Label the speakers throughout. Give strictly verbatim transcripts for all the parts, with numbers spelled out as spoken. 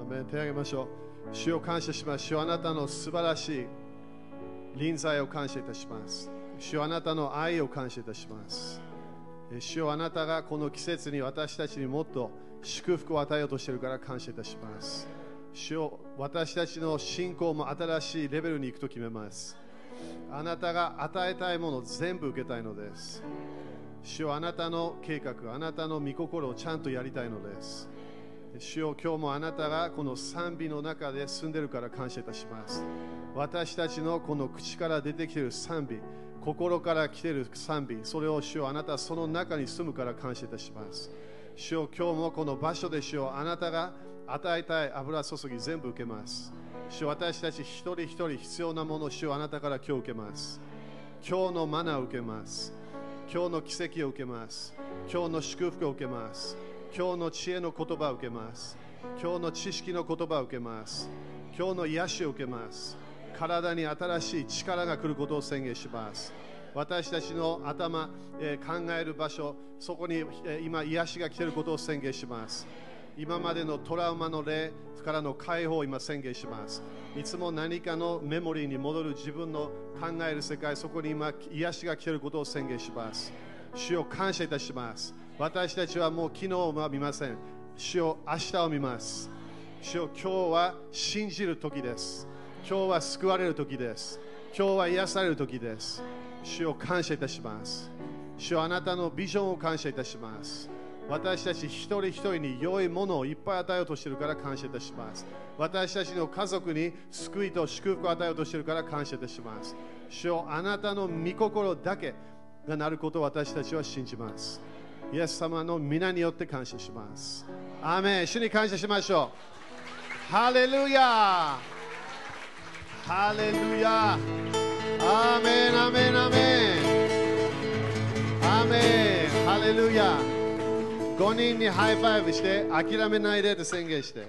Speaker 1: メン。手を挙げましょう。主を感謝します。主よあなたの素晴らしい臨在を感謝いたします。主よあなたの愛を感謝いたします。主よあなたがこの季節に私たちにもっと祝福を与えようとしているから感謝いたします。主よ私たちの信仰も新しいレベルに行くと決めます。あなたが与えたいものを全部受けたいのです。主よあなたの計画、あなたの御心をちゃんとやりたいのです。主よ今日もあなたがこの賛美の中で住んでいるから感謝いたします。私たちのこの口から出てきている賛美、心から来ている賛美、それを主よあなたはその中に住むから感謝いたします。主よ今日もこの場所で主よあなたが与えたい油注ぎ全部受けます。主よ私たち一人一人必要なものを主よあなたから今日受けます。今日のマナーを受けます。今日の奇跡を受けます。今日の祝福を受けます。今日の知恵の言葉を受けます。今日の知識の言葉を受けます。今日の癒しを受けます。体に新しい力が来ることを宣言します。私たちの頭、えー、考える場所、そこに、えー、今癒しが来ていることを宣言します。今までのトラウマの霊からの解放を今宣言します。いつも何かのメモリーに戻る自分の考える世界、そこに今癒しが来ていることを宣言します。主を感謝いたします。私たちはもう昨日は見ません。主を明日を見ます。主を今日は信じる時です。今日は救われる時です。今日は癒される時です。主を感謝いたします。主をあなたのビジョンを感謝いたします。私たち一人一人に良いものをいっぱい与えようとしているから感謝いたします。私たちの家族に救いと祝福を与えようとしているから感謝いたします。主よあなたの御心だけがなることを私たちは信じます。イエス様の皆によって感謝します。アーメン。主に感謝しましょう。ハレルヤハレルヤアーメンアーメンアーメンアーメンハレルヤ。ごにんにハイファイブして諦めないでと宣言して。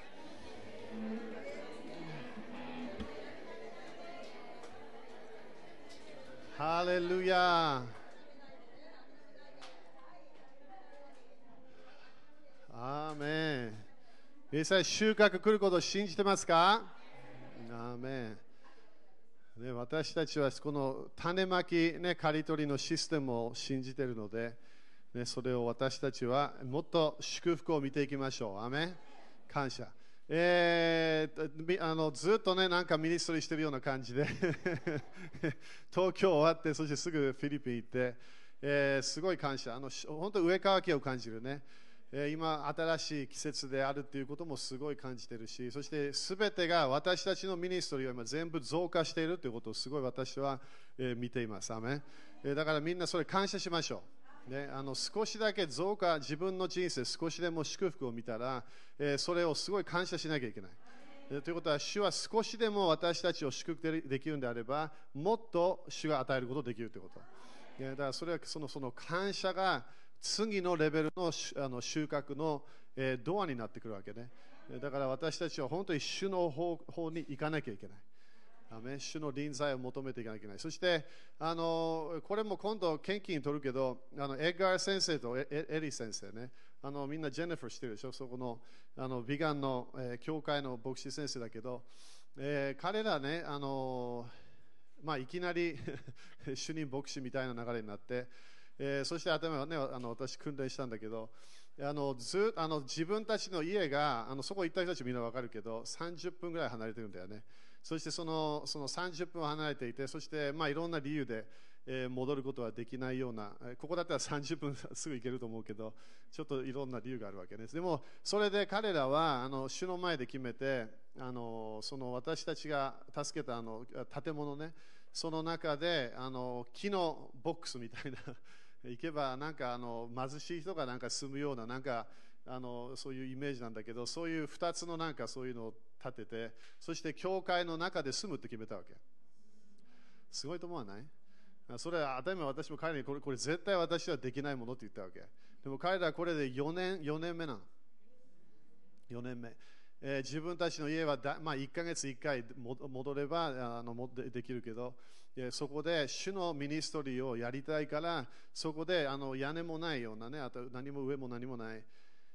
Speaker 1: ハレルヤアーメン。実際収穫来ることを信じてますか？アーメン。ね、私たちはこの種まき、ね、刈り取りのシステムを信じているので、ね、それを私たちはもっと祝福を見ていきましょう。アーメン。感謝。えー、あのずっとね、なんかミニストリーしてるような感じで東京終わって、そしてすぐフィリピン行って、えー、すごい感謝。あの本当上川家を感じるね。今、新しい季節であるということもすごい感じているし、そしてすべてが私たちのミニストリーは今全部増加しているということをすごい私は見ています。アメン。だからみんなそれ感謝しましょう。ね、あの少しだけ増加、自分の人生少しでも祝福を見たら、それをすごい感謝しなきゃいけない。ということは、主は少しでも私たちを祝福できるのであれば、もっと主が与えることができるということ。だからそれはその、その感謝が次のレベル の, あの収穫の、えー、ドアになってくるわけね。だから私たちは本当に主の方法に行かなきゃいけない。アメン。主の臨在を求めていかなきゃいけない。そしてあのこれも今度献金取るけど、あのエッガー先生と エ, エリー先生ね、あのみんなジェニファーしてるでしょ。そこのあのビガンの、えー、教会の牧師先生だけど、えー、彼らね、あの、まあ、いきなり主任牧師みたいな流れになって、えー、そして頭は、ね、あの私訓練したんだけど、あのずあの自分たちの家があのそこ行った人たちみんな分かるけどさんじゅっぷんぐらい離れてるんだよね。そしてその、そのさんじゅっぷん離れていて、そして、まあ、いろんな理由で、えー、戻ることはできないような、ここだったらさんじゅっぷんすぐ行けると思うけど、ちょっといろんな理由があるわけです。でもそれで彼らはあの主の前で決めて、あのその私たちが助けたあの建物ね、その中であの木のボックスみたいな行けばなんかあの貧しい人がなんか住むようななんかあのそういうイメージなんだけど、そういうふたつのなんかそういうのを建てて、そして教会の中で住むって決めたわけ。すごいと思わない？それは当たり前、私も彼にこれ、これ絶対私はできないものって言ったわけ。でも彼らはこれでよねん、よねんめなの。よねんめ。えー、自分たちの家はだ、まあ、いっかげついっかい戻ればあのも で, できるけど、そこで主のミニストリーをやりたいから、そこであの屋根もないようなね、あと何も上も何もない、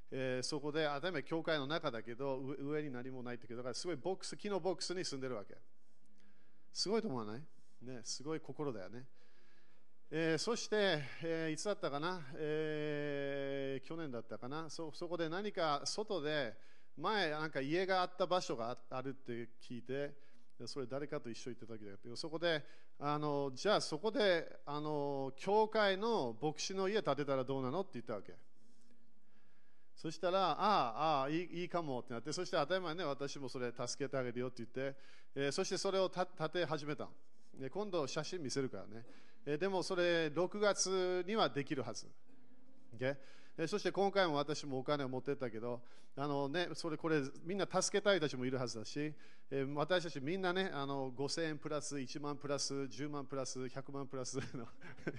Speaker 1: えー、そこで当たり前教会の中だけど上に何もないってけど、だからすごいボックス、木のボックスに住んでるわけ。すごいと思わない？ね、すごい心だよね。えー、そして、えー、いつだったかな、えー、去年だったかな、 そ, そこで何か外で前なんか家があった場所が あ, あるって聞いて、それ誰かと一緒に行った時だけど、そこであのじゃあそこであの教会の牧師の家建てたらどうなのって言ったわけ。そしたら、ああ、ああいい、いいかもってなって、そして当たり前ね、私もそれ助けてあげるよって言って、えー、そしてそれをた建て始めた。で今度写真見せるからね。えー、でもそれろくがつにはできるはず。Okay？ えー、そして今回も私もお金を持ってったけど、あのね、それこれみんな助けたい人たちもいるはずだし、えー、私たちみんなね、あのごせんえんプラスいちまんプラスじゅうまんプラスひゃくまんプラスの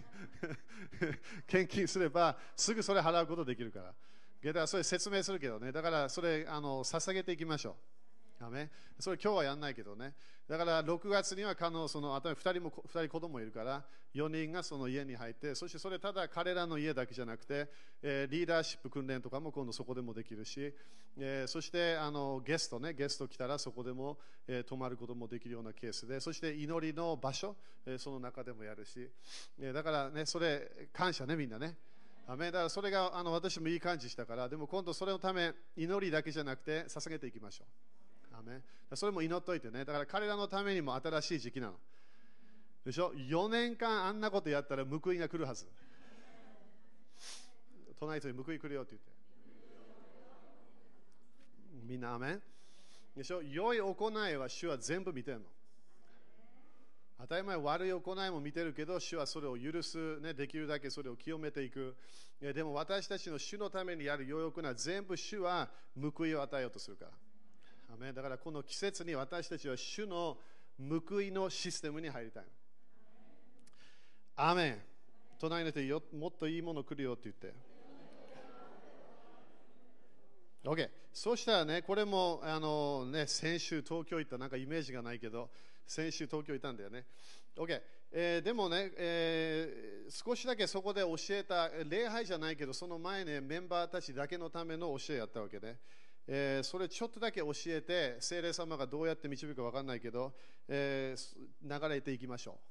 Speaker 1: 献金すればすぐそれ払うことできるから。だからそれ説明するけどね、だからそれあの捧げていきましょう。アメン。それ今日はやんないけどね。だからろくがつには可能そのあとふたりもふたり子供いるからよにんがその家に入って、そしてそれただ彼らの家だけじゃなくて、えー、リーダーシップ訓練とかも今度そこでもできるし、えー、そしてあのゲストねゲスト来たらそこでも、えー、泊まることもできるようなケースで、そして祈りの場所、えー、その中でもやるし、えー、だからねそれ感謝ねみんなね。だからそれがあの私もいい感じしたから、でも今度それのため祈りだけじゃなくて捧げていきましょう。アメン。それも祈っといてね。だから彼らのためにも新しい時期なのでしょ。よねんかんあんなことやったら報いが来るはず。隣人に報い来るよって言って、みんなアメンでしょ。良い行いは主は全部見てるの。当たり前悪い行いも見てるけど、主はそれを許す、ね、できるだけそれを清めていく。でも私たちの主のためにやる良い行いは全部主は報いを与えようとするから。アメン。だからこの季節に私たちは主の報いのシステムに入りたい。アメン。隣の人にもっといいもの来るよって言って。OK。そうしたらね、これもあの、ね、先週東京行った、なんかイメージがないけど、先週東京行ったんだよね。OK。えー、でもね、えー、少しだけそこで教えた、礼拝じゃないけど、その前ね、メンバーたちだけのための教えやったわけね。えー、それちょっとだけ教えて、聖霊様がどうやって導くか分かんないけど、えー、流れていきましょう。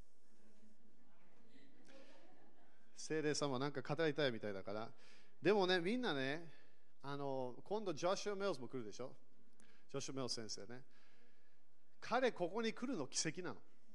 Speaker 1: 聖霊様なんか語りたいみたいだから。でもね、みんなね、あの今度ジョシュア・メルズも来るでしょ。ジョシュア・メルズ先生ね。彼ここに来るの奇跡なの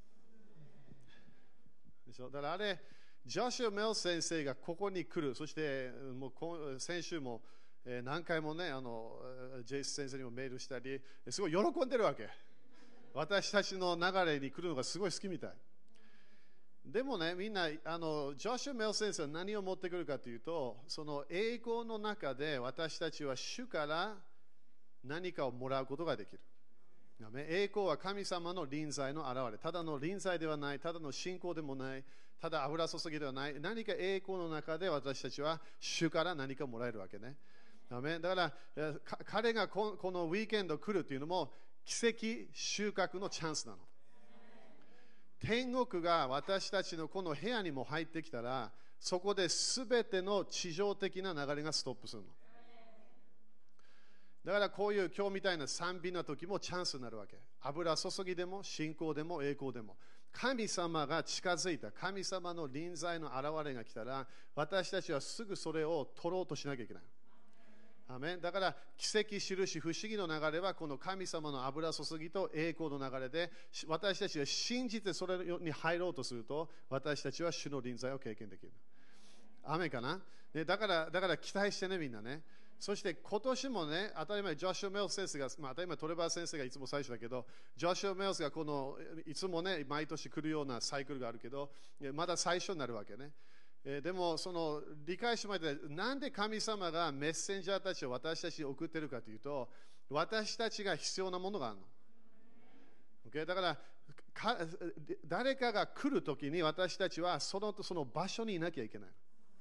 Speaker 1: でしょ。だからあれジョシュア・メルズ先生がここに来る。そしてもう先週も何回もね、あのジェイス先生にもメールしたり、すごい喜んでるわけ。私たちの流れに来るのがすごい好きみたい。でもね、みんなあのジョシュア・メルズ先生は何を持ってくるかというと、その栄光の中で私たちは主から何かをもらうことができる。栄光は神様の臨在の現れ。ただの臨在ではない、ただの信仰でもない、ただ油注ぎではない。何か栄光の中で私たちは主から何かもらえるわけね。だから彼がこのウィーケンド来るというのも奇跡収穫のチャンスなの。天国が私たちのこの部屋にも入ってきたら、そこで全ての地上的な流れがストップするの。だからこういう今日みたいな賛美の時もチャンスになるわけ。油注ぎでも信仰でも栄光でも、神様が近づいた、神様の臨在の現れが来たら、私たちはすぐそれを取ろうとしなきゃいけない。アメン。だから奇跡、印、不思議の流れはこの神様の油注ぎと栄光の流れで、私たちは信じてそれに入ろうとすると、私たちは主の臨在を経験できる。アメンかな、ね、だからだから期待してね、みんなね。そして今年もね、当たり前ジョシュア・メルズ先生が、まあ、当たり前トレバー先生がいつも最初だけど、ジョシュア・メルズがこのいつもね毎年来るようなサイクルがあるけど、まだ最初になるわけね。えー、でもその理解しまで、なんで神様がメッセンジャーたちを私たちに送っているかというと、私たちが必要なものがあるの。Okay？ だからか誰かが来るときに私たちはその、その場所にいなきゃいけない。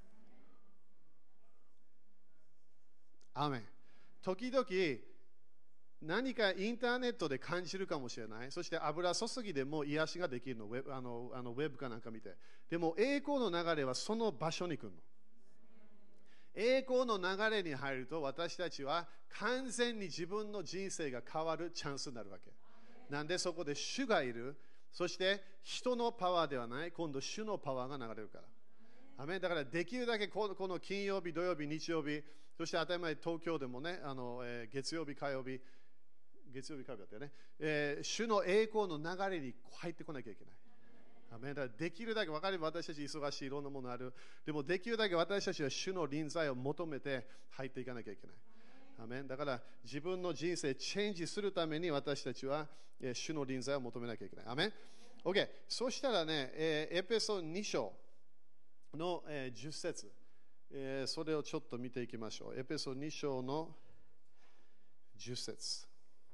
Speaker 1: アーメン。時々何かインターネットで感じるかもしれない。そして油注ぎでも癒しができるの。ウェブ、あの、あのウェブかなんか見て。でも栄光の流れはその場所に来るの。 栄光の流れに入ると私たちは完全に自分の人生が変わるチャンスになるわけ。なんでそこで主がいる。そして人のパワーではない、今度主のパワーが流れるから。アメン。だからできるだけこの、この金曜日、土曜日、日曜日、そして当たり前東京でもね、あの、えー、月曜日、火曜日、月曜日、火曜日だったよね、えー、主の栄光の流れに入ってこなきゃいけない。アメン。だからできるだけ分かれば私たち忙しい、いろんなものある。でもできるだけ私たちは主の臨在を求めて入っていかなきゃいけない。アメン。だから自分の人生チェンジするために私たちは主の臨在を求めなきゃいけない。アメン。OK。そしたらね、えー、エペソに章の、えー、じゅっ節、えー、それをちょっと見ていきましょう。エペソに章のじゅっ節。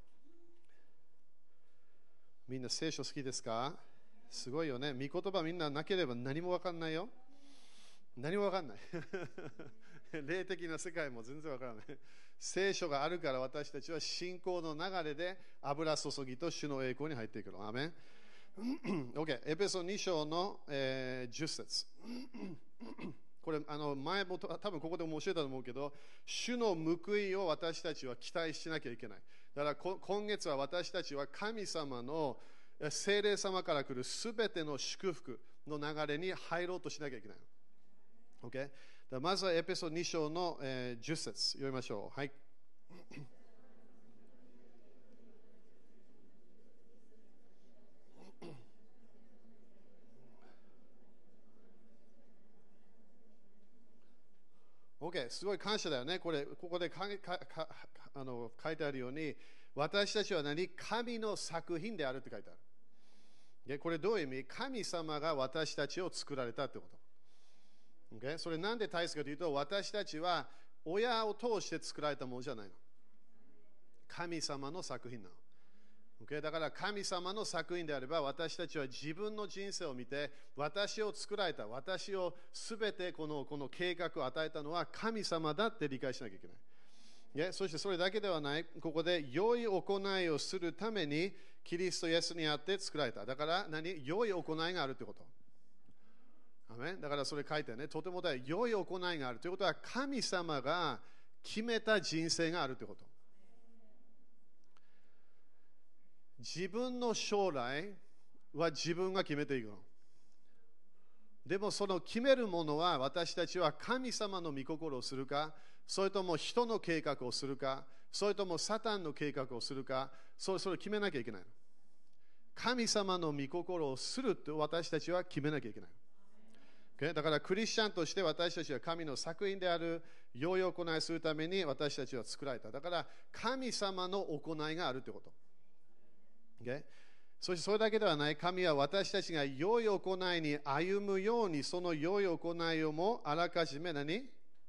Speaker 1: みんな聖書好きですか？すごいよね。御言葉みんななければ何も分かんないよ。何も分かんない。霊的な世界も全然分からない。聖書があるから私たちは信仰の流れで油注ぎと主の栄光に入っていくの。アメン。OK。エペソに章の、えー、じゅっ節。これあの前も多分ここでも教えたと思うけど、主の報いを私たちは期待しなきゃいけない。だから今月は私たちは神様の聖霊様から来るすべての祝福の流れに入ろうとしなきゃいけない。Okay? だまずはエペソに章の、えー、じゅっ節読みましょう。はい。OK、すごい感謝だよね。これ、ここでかかかあの書いてあるように、私たちは何？神の作品であるって書いてある。でこれどういう意味？神様が私たちを作られたってこと。Okay? それなんで大切かというと、私たちは親を通して作られたものじゃないの。神様の作品なの。Okay? だから神様の作品であれば、私たちは自分の人生を見て、私を作られた、私をすべてこの、この計画を与えたのは神様だって理解しなきゃいけない。Yeah? そしてそれだけではない、ここで良い行いをするためにキリストイエスにあって作られた。だから何？良い行いがあるということ。アメン。だからそれ書いてね、とても大事。良い行いがあるということは、神様が決めた人生があるということ。自分の将来は自分が決めていくの。でもその決めるものは、私たちは神様の御心をするか、それとも人の計画をするか、それともサタンの計画をするか、それそれを決めなきゃいけないの。神様の御心をすると私たちは決めなきゃいけない。Okay? だからクリスチャンとして私たちは神の作品である良い行いをするために私たちは作られた。だから神様の行いがあるということ。Okay? そしてそれだけではない。神は私たちが良い行いに歩むように、その良い行いをもあらかじめ何？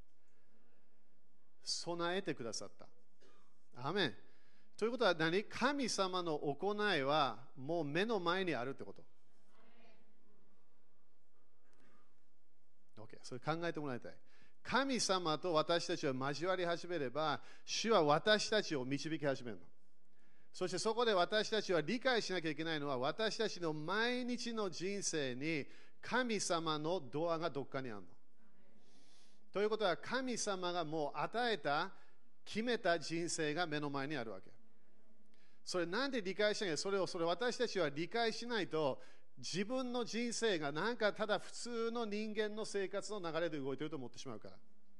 Speaker 1: 備えてくださった。アーメン。ということは何？神様の行いはもう目の前にあるってこと。OK、それ考えてもらいたい。神様と私たちは交わり始めれば、主は私たちを導き始めるの。そしてそこで私たちは理解しなきゃいけないのは、私たちの毎日の人生に神様のドアがどっかにあるの。ということは、神様がもう与えた、決めた人生が目の前にあるわけ。それなんで理解しない？それを、それ私たちは理解しないと、自分の人生がなんかただ普通の人間の生活の流れで動いていると思ってしまうから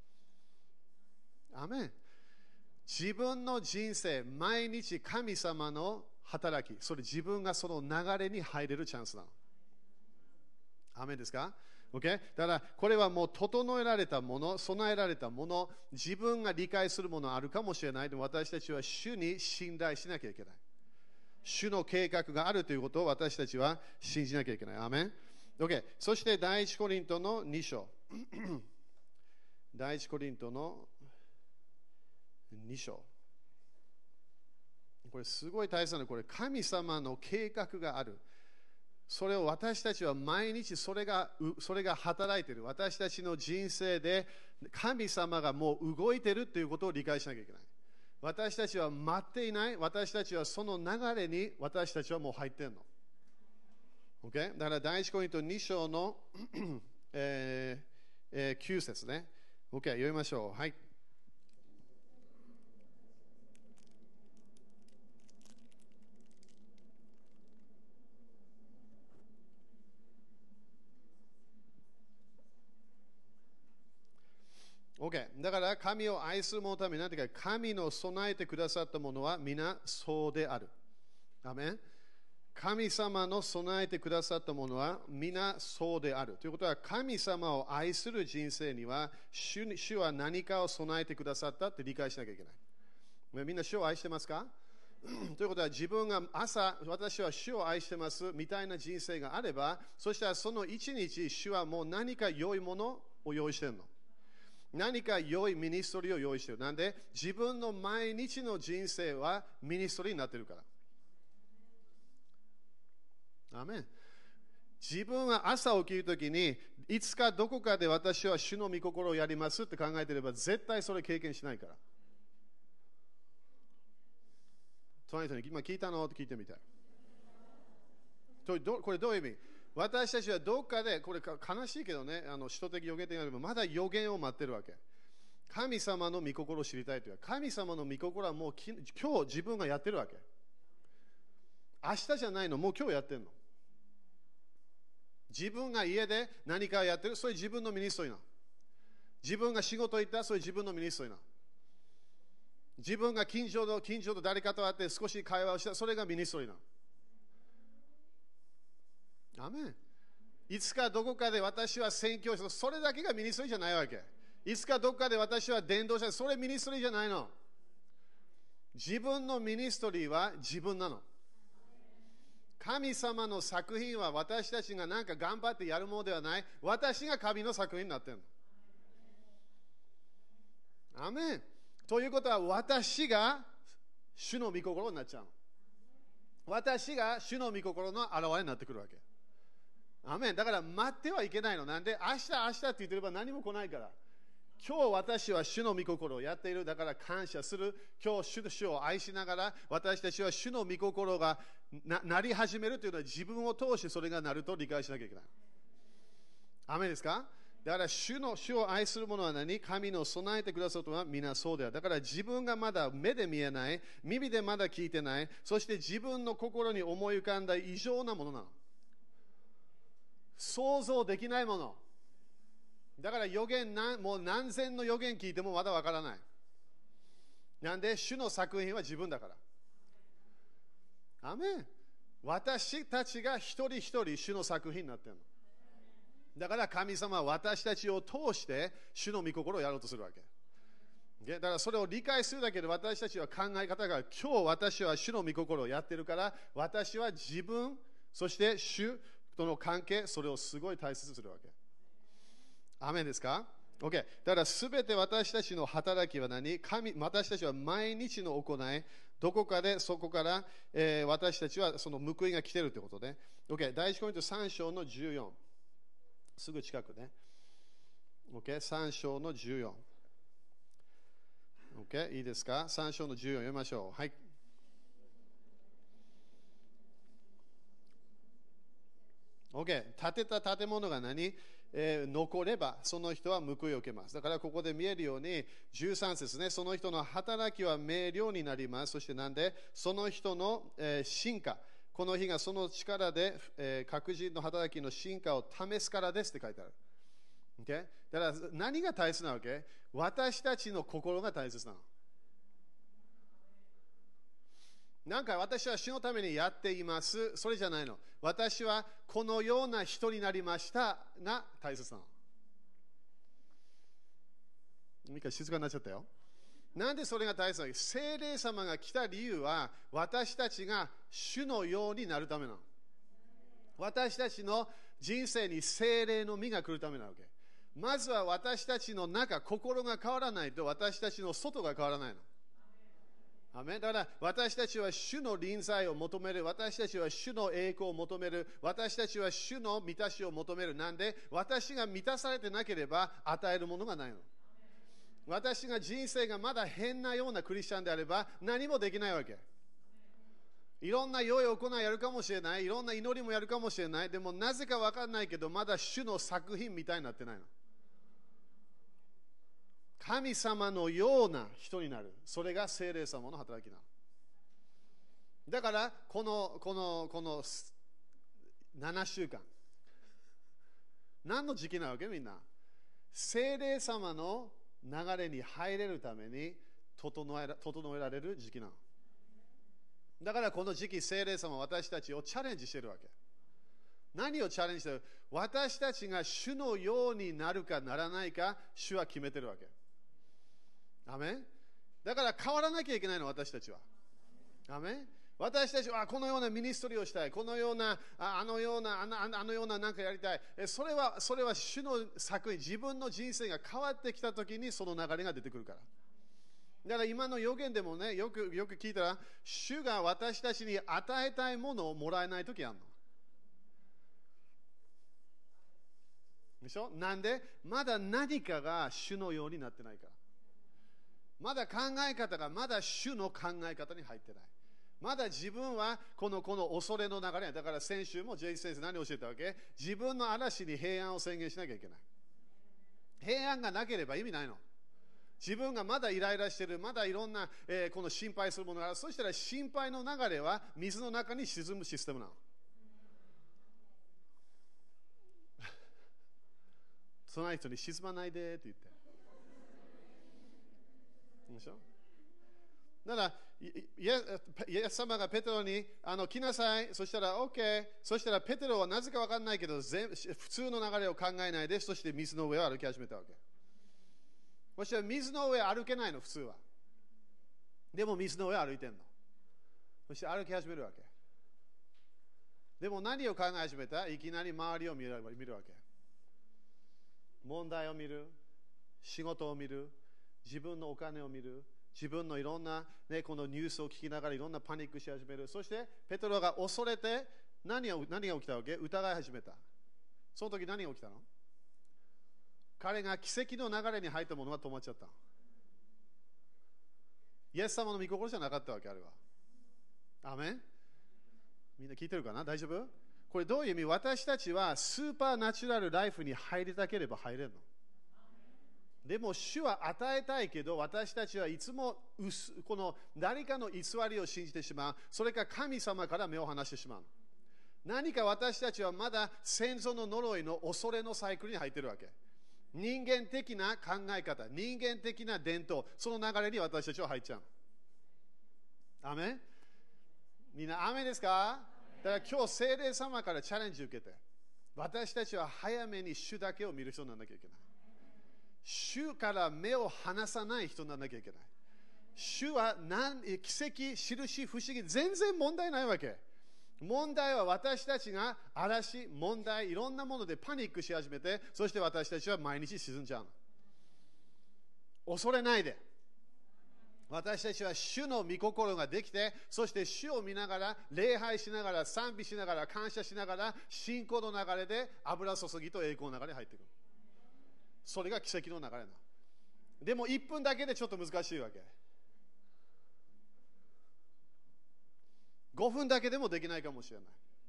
Speaker 1: 。アメン。自分の人生、毎日神様の働き、それ自分がその流れに入れるチャンスなの。アメンですか？ Okay? だからこれはもう整えられたもの、備えられたもの、自分が理解するものあるかもしれない。でも私たちは主に信頼しなきゃいけない。主の計画があるということを私たちは信じなきゃいけない。アメン。Okay. そして第一コリントのに章。第一コリントのに章。これすごい大切なの。これ神様の計画がある。それを私たちは毎日それが、それが働いている。私たちの人生で神様がもう動いているということを理解しなきゃいけない。私たちは待っていない。私たちはその流れに私たちはもう入っているの。Okay? だから第一コリントに章の、えーえー、きゅう節ね。 OK、読みましょう。はい。OK。だから神を愛する者のために、なんていうか、神の備えてくださったものは皆そうである。アメン。神様の備えてくださったものは皆そうである。ということは、神様を愛する人生には主、主は何かを備えてくださったって理解しなきゃいけない。みんな主を愛してますか？ということは、自分が朝、私は主を愛してますみたいな人生があれば、そしたらその一日、主はもう何か良いものを用意してるの。何か良いミニストリーを用意してる。なんで、自分の毎日の人生はミニストリーになってるから。アメン。自分は朝起きるときに、いつかどこかで私は主の御心をやりますって考えていれば、絶対それ経験しないから。隣の人に今聞いたのって聞いてみたい。これどういう意味？私たちはどっかで、これ悲しいけどね、あの使徒的予言的になれば、まだ予言を待ってるわけ。神様の御心を知りたいというか、神様の御心はもう今日自分がやってるわけ。明日じゃないの、もう今日やってるの。自分が家で何かやってる、それ自分のミニストリーな。自分が仕事行った、それ自分のミニストリーな。自分が近所の近所と誰かと会って少し会話をした、それがミニストリーな。アメン。いつかどこかで私は宣教師、それだけがミニストリーじゃないわけ。いつかどこかで私は伝道者、それミニストリーじゃないの。自分のミニストリーは自分なの。神様の作品は私たちが何か頑張ってやるものではない。私が神の作品になっているの。アメン。ということは私が主の御心になっちゃうの。私が主の御心の現れになってくるわけ。アメン。だから待ってはいけないの。なんで明日明日って言ってれば何も来ないから。今日私は主の御心をやっている。だから感謝する。今日主の主を愛しながら私たちは主の御心が な, なり始めるというのは自分を通してそれがなると理解しなきゃいけない。アメンですか？だから主の主を愛する者は何？神の備えてくださるとは皆そうである。だから自分がまだ目で見えない、耳でまだ聞いてない、そして自分の心に思い浮かんだ異常なものなの。想像できないもの。だから予言な、もう何千の予言聞いてもまだわからない。なんで主の作品は自分だから。アメン。私たちが一人一人主の作品になっているの。だから神様は私たちを通して主の御心をやろうとするわけ。だからそれを理解するだけで私たちは考え方が今日私は主の御心をやってるから私は自分そして主との関係それをすごい大切にするわけ。アメンですか？ OK。 だからすべて私たちの働きは何？神、私たちは毎日の行いどこかでそこから、えー、私たちはその報いが来ているということで、OK。 第一コリントさん章のじゅうよんすぐ近くね。OK。 さん章のじゅうよん。OK。 いいですか？さん章のじゅうよん読みましょう。はい。OK。 建てた建物が何？えー、残ればその人は報いを受けます。だからここで見えるようにじゅうさん節ね、その人の働きは明瞭になります。そしてなんでその人の、えー、進化、この日がその力で、えー、各人の働きの進化を試すからですって書いてある。Okay？ だから何が大切なわけ？私たちの心が大切なの。なんか私は主のためにやっています。それじゃないの。私はこのような人になりましたが大切なの。ミカ静かになっちゃったよ。なんでそれが大切なの？聖霊様が来た理由は私たちが主のようになるためなの。私たちの人生に聖霊の実が来るためなわけ。まずは私たちの中、心が変わらないと私たちの外が変わらないの。アメン。だから私たちは主の臨在を求める。私たちは主の栄光を求める。私たちは主の満たしを求める。なんで私が満たされてなければ与えるものがないの。私が人生がまだ変なようなクリスチャンであれば何もできないわけ。いろんな良い行いやるかもしれない。いろんな祈りもやるかもしれない。でもなぜか分かんないけどまだ主の作品みたいになってないの。 神様のような人になる。それが聖霊様の働きなの。だから、この、この、このななしゅうかん。何の時期なわけみんな。聖霊様の流れに入れるために整えら、整えられる時期なの。だからこの時期、聖霊様は私たちをチャレンジしているわけ。何をチャレンジしている？私たちが主のようになるかならないか、主は決めているわけ。アメン。だから変わらなきゃいけないの、私たちは。アメン。私たちはこのようなミニストリーをしたい、このような、あのような、あのあのようななんかやりたい。それは、それは主の作為、自分の人生が変わってきたときにその流れが出てくるから。だから今の予言でもね、よくよく聞いたら、主が私たちに与えたいものをもらえないときあるの。でしょ？なんでまだ何かが主のようになってないから。まだ考え方がまだ主の考え方に入ってない。まだ自分はこのこの恐れの流れ、だから先週もジェイ先生何を教えたわけ？自分の嵐に平安を宣言しなきゃいけない。平安がなければ意味ないの。自分がまだイライラしている、まだいろんな、えー、この心配するものがある。そしたら心配の流れは水の中に沈むシステムなの。その人に沈まないでって言って。でしょ？だから、イエス様がペテロにあの来なさい。そしたら OK。そしたらペテロはなぜか分からないけど、全普通の流れを考えないで、そして水の上を歩き始めたわけ。そしたら水の上歩けないの、普通は。でも水の上歩いてんの。そして歩き始めるわけ。でも何を考え始めた？いきなり周りを見る、見るわけ。問題を見る、仕事を見る、自分のお金を見る、自分のいろんな、ね、このニュースを聞きながらいろんなパニックし始める。そしてペテロが恐れて何が、何が起きたわけ？疑い始めた。その時何が起きたの？彼が奇跡の流れに入ったものが止まっちゃった。イエス様の御心じゃなかったわけ、あれは。アメン。みんな聞いてるかな？大丈夫？これどういう意味？私たちはスーパーナチュラルライフに入りたければ入れるの。でも主は与えたいけど、私たちはいつもこの誰かの偽りを信じてしまう。それか神様から目を離してしまう。何か私たちはまだ先祖の呪いの恐れのサイクルに入っているわけ。人間的な考え方、人間的な伝統、その流れに私たちは入っちゃう。アメン。みんなアメンですか？だから今日聖霊様からチャレンジ受けて、私たちは早めに主だけを見る人にならなきゃいけない。主から目を離さない人にならなきゃいけない。主は何奇跡、印、不思議、全然問題ないわけ。問題は私たちが嵐、問題、いろんなものでパニックし始めて、そして私たちは毎日沈んじゃうの。恐れないで。私たちは主の御心ができて、そして主を見ながら、礼拝しながら、賛美しながら、感謝しながら、信仰の流れで油注ぎと栄光の流れに入ってくる。それが奇跡の流れなの。でもいっぷんだけでちょっと難しいわけ。ごふんだけでもできないかもしれない。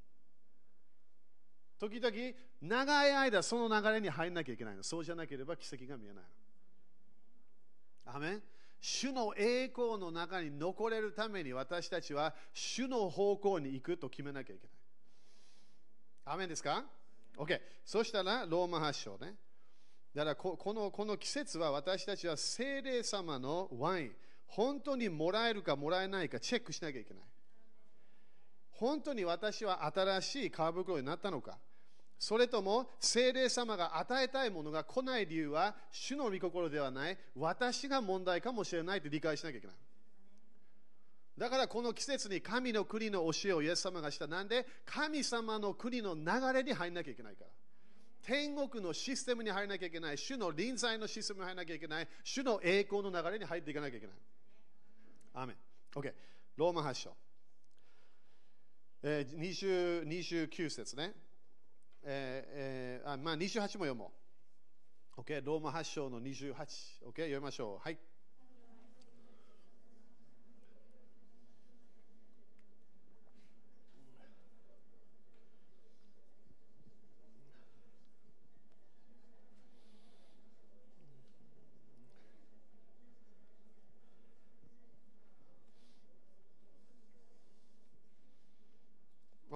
Speaker 1: 時々長い間その流れに入らなきゃいけないの。そうじゃなければ奇跡が見えないの。アメン。主の栄光の中に残れるために私たちは主の方向に行くと決めなきゃいけない。アメンですか？ OK。そしたらローマはち章ね。だからこの、この季節は私たちは聖霊様のワイン、本当にもらえるかもらえないかチェックしなきゃいけない。本当に私は新しい皮袋になったのか、それとも聖霊様が与えたいものが来ない理由は主の御心ではない、私が問題かもしれないと理解しなきゃいけない。だからこの季節に神の国の教えをイエス様がした。なんで神様の国の流れに入らなきゃいけないから。天国のシステムに入らなきゃいけない。主の臨在のシステムに入らなきゃいけない。主の栄光の流れに入っていかなきゃいけない。アーメン。 OK。 ローマはち章、えー、にじゅう、にじゅうきゅう節ね。えーえー、あまあにじゅうはちも読もう。OK。 ローマはち章のにじゅうはち。OK。 読みましょう。はい。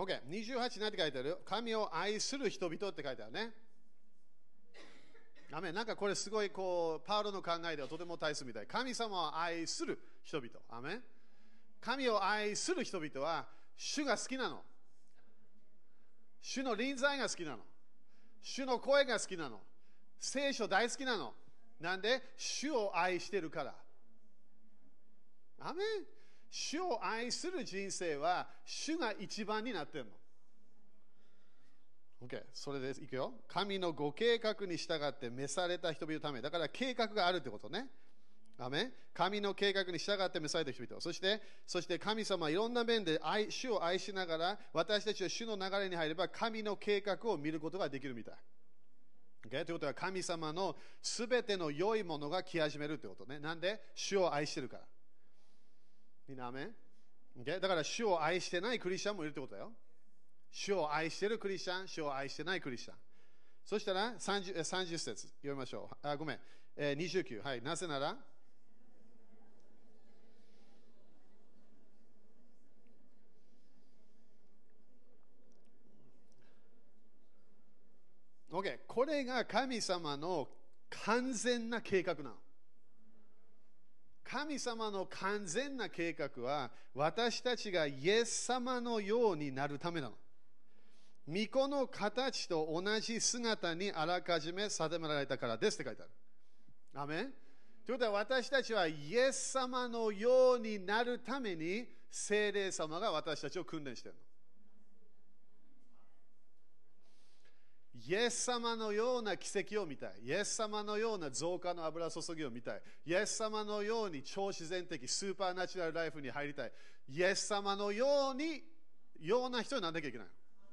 Speaker 1: OK、にじゅうはちなんて書いてある？神を愛する人々って書いてあるね。アメン。なんかこれすごいこう、パウロの考えではとても大切みたい。神様を愛する人々。アメン。神を愛する人々は、主が好きなの。主の臨在が好きなの。主の声が好きなの。聖書大好きなの。なんで主を愛してるから。アメン。主を愛する人生は主が一番になってるの。OK、それでいくよ。神のご計画に従って召された人々のため。だから計画があるってことね。アメン。神の計画に従って召された人々。そして、そして神様はいろんな面で愛主を愛しながら、私たちは主の流れに入れば神の計画を見ることができるみたい。Okay? ということは神様のすべての良いものが来始めるということね。なんで主を愛してるから。みんなアメン、okay? だから主を愛してないクリスチャンもいるってことだよ。主を愛してるクリスチャン、主を愛してないクリスチャン。そしたら 30, 30節読みましょう。あ、ごめん。えー、にじゅうきゅう。はい。なぜならOkay、これが神様の完全な計画なの。神様の完全な計画は私たちがイエス様のようになるためなの。御子の形と同じ姿にあらかじめ定められたからですって書いてある。アメン。ということは私たちはイエス様のようになるために聖霊様が私たちを訓練しているの。イエス様のような奇跡を見たい。イエス様のような増加の油注ぎを見たい。イエス様のように超自然的、スーパーナチュラルライフに入りたい。イエス様のように、ような人にならなきゃいけない。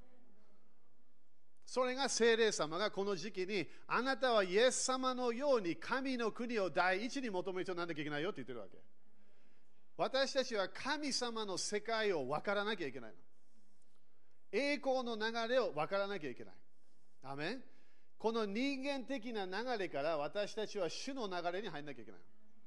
Speaker 1: それが聖霊様がこの時期に、あなたはイエス様のように神の国を第一に求める人にならなきゃいけないよって言ってるわけ。私たちは神様の世界を分からなきゃいけないの。栄光の流れを分からなきゃいけない。アメン。この人間的な流れから私たちは主の流れに入らなきゃいけない。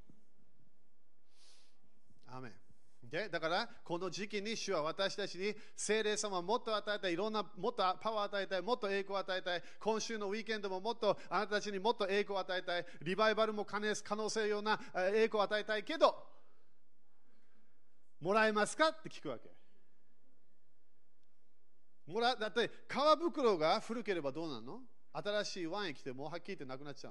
Speaker 1: アメン。Okay? だからこの時期に主は私たちに聖霊様をもっと与えたい、いろんなもっとパワーを与えたい、もっと栄光を与えたい。今週のウィーケンドももっとあなたたちにもっと栄光を与えたい。リバイバルも可能性ような栄光を与えたいけど、もらえますかって聞くわけ。もらだって皮袋が古ければどうなの？新しいワイン来てもうはっきり言ってなくなっちゃう。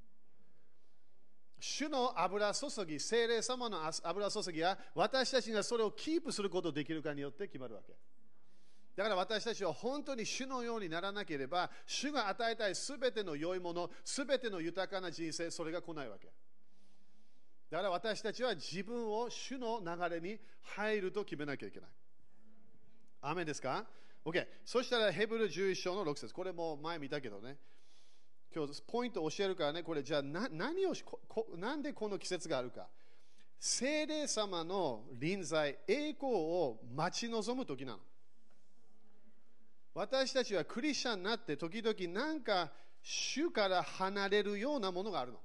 Speaker 1: 主の油注ぎ、聖霊様の油注ぎは私たちがそれをキープすることができるかによって決まるわけ。だから私たちは本当に主のようにならなければ、主が与えたいすべての良いもの、すべての豊かな人生、それが来ないわけ。だから私たちは自分を主の流れに入ると決めなきゃいけない。アーメンですか？ OK。そしたらヘブルじゅういち章のろく節。これも前見たけどね。今日ポイントを教えるからね。これじゃあな何をここなんでこの季節があるか。聖霊様の臨在、栄光を待ち望む時なの。私たちはクリスチャンになって時々なんか主から離れるようなものがあるの。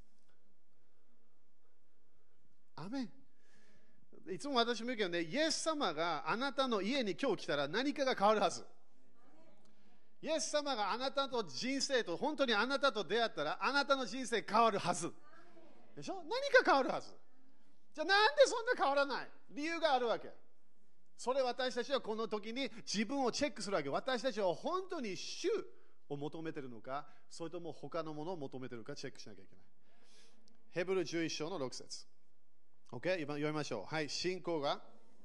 Speaker 1: アメン。いつも私も言うけどね、イエス様があなたの家に今日来たら何かが変わるはず。イエス様があなたと人生と、本当にあなたと出会ったら、あなたの人生変わるはず。でしょ？何か変わるはず。じゃあなんでそんな変わらない？理由があるわけ。それ私たちはこの時に自分をチェックするわけ。私たちは本当に主を求めているのか、それとも他のものを求めているかチェックしなきゃいけない。ヘブルじゅういち章のろく節。OK、今読みましょう。はい、信仰が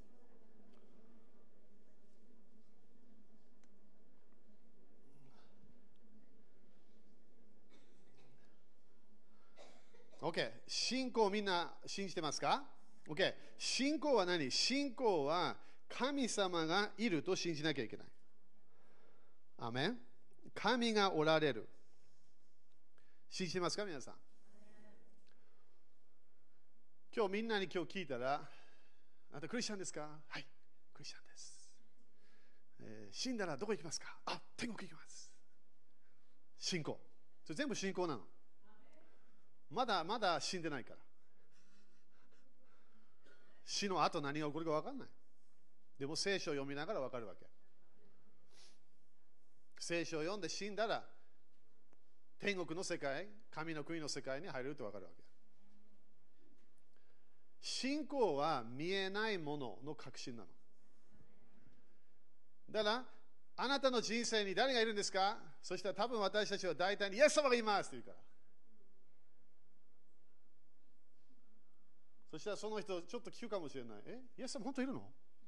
Speaker 1: OK、信仰みんな信じてますか？ OK、信仰は何？信仰は神様がいると信じなきゃいけない。アメン。神がおられる。信じてますか皆さん？今日みんなに今日聞いたら、あなたクリスチャンですか？はい、クリスチャンです。えー、死んだらどこ行きますか？あ、天国行きます。信仰。それ全部信仰なの。まだまだ死んでないから。死の後何が起こるか分かんない。でも聖書を読みながら分かるわけ。 聖書を読んで死んだら、天国の世界、神の国の世界に入ると分かるわけ。信仰は見えないものの確信なの。だから、あなたの人生に誰がいるんですか？そしたら多分私たちは大体にイエス様がいますって言うから。そしたらその人ちょっと聞くかもしれない。え、イエス様本当いるの？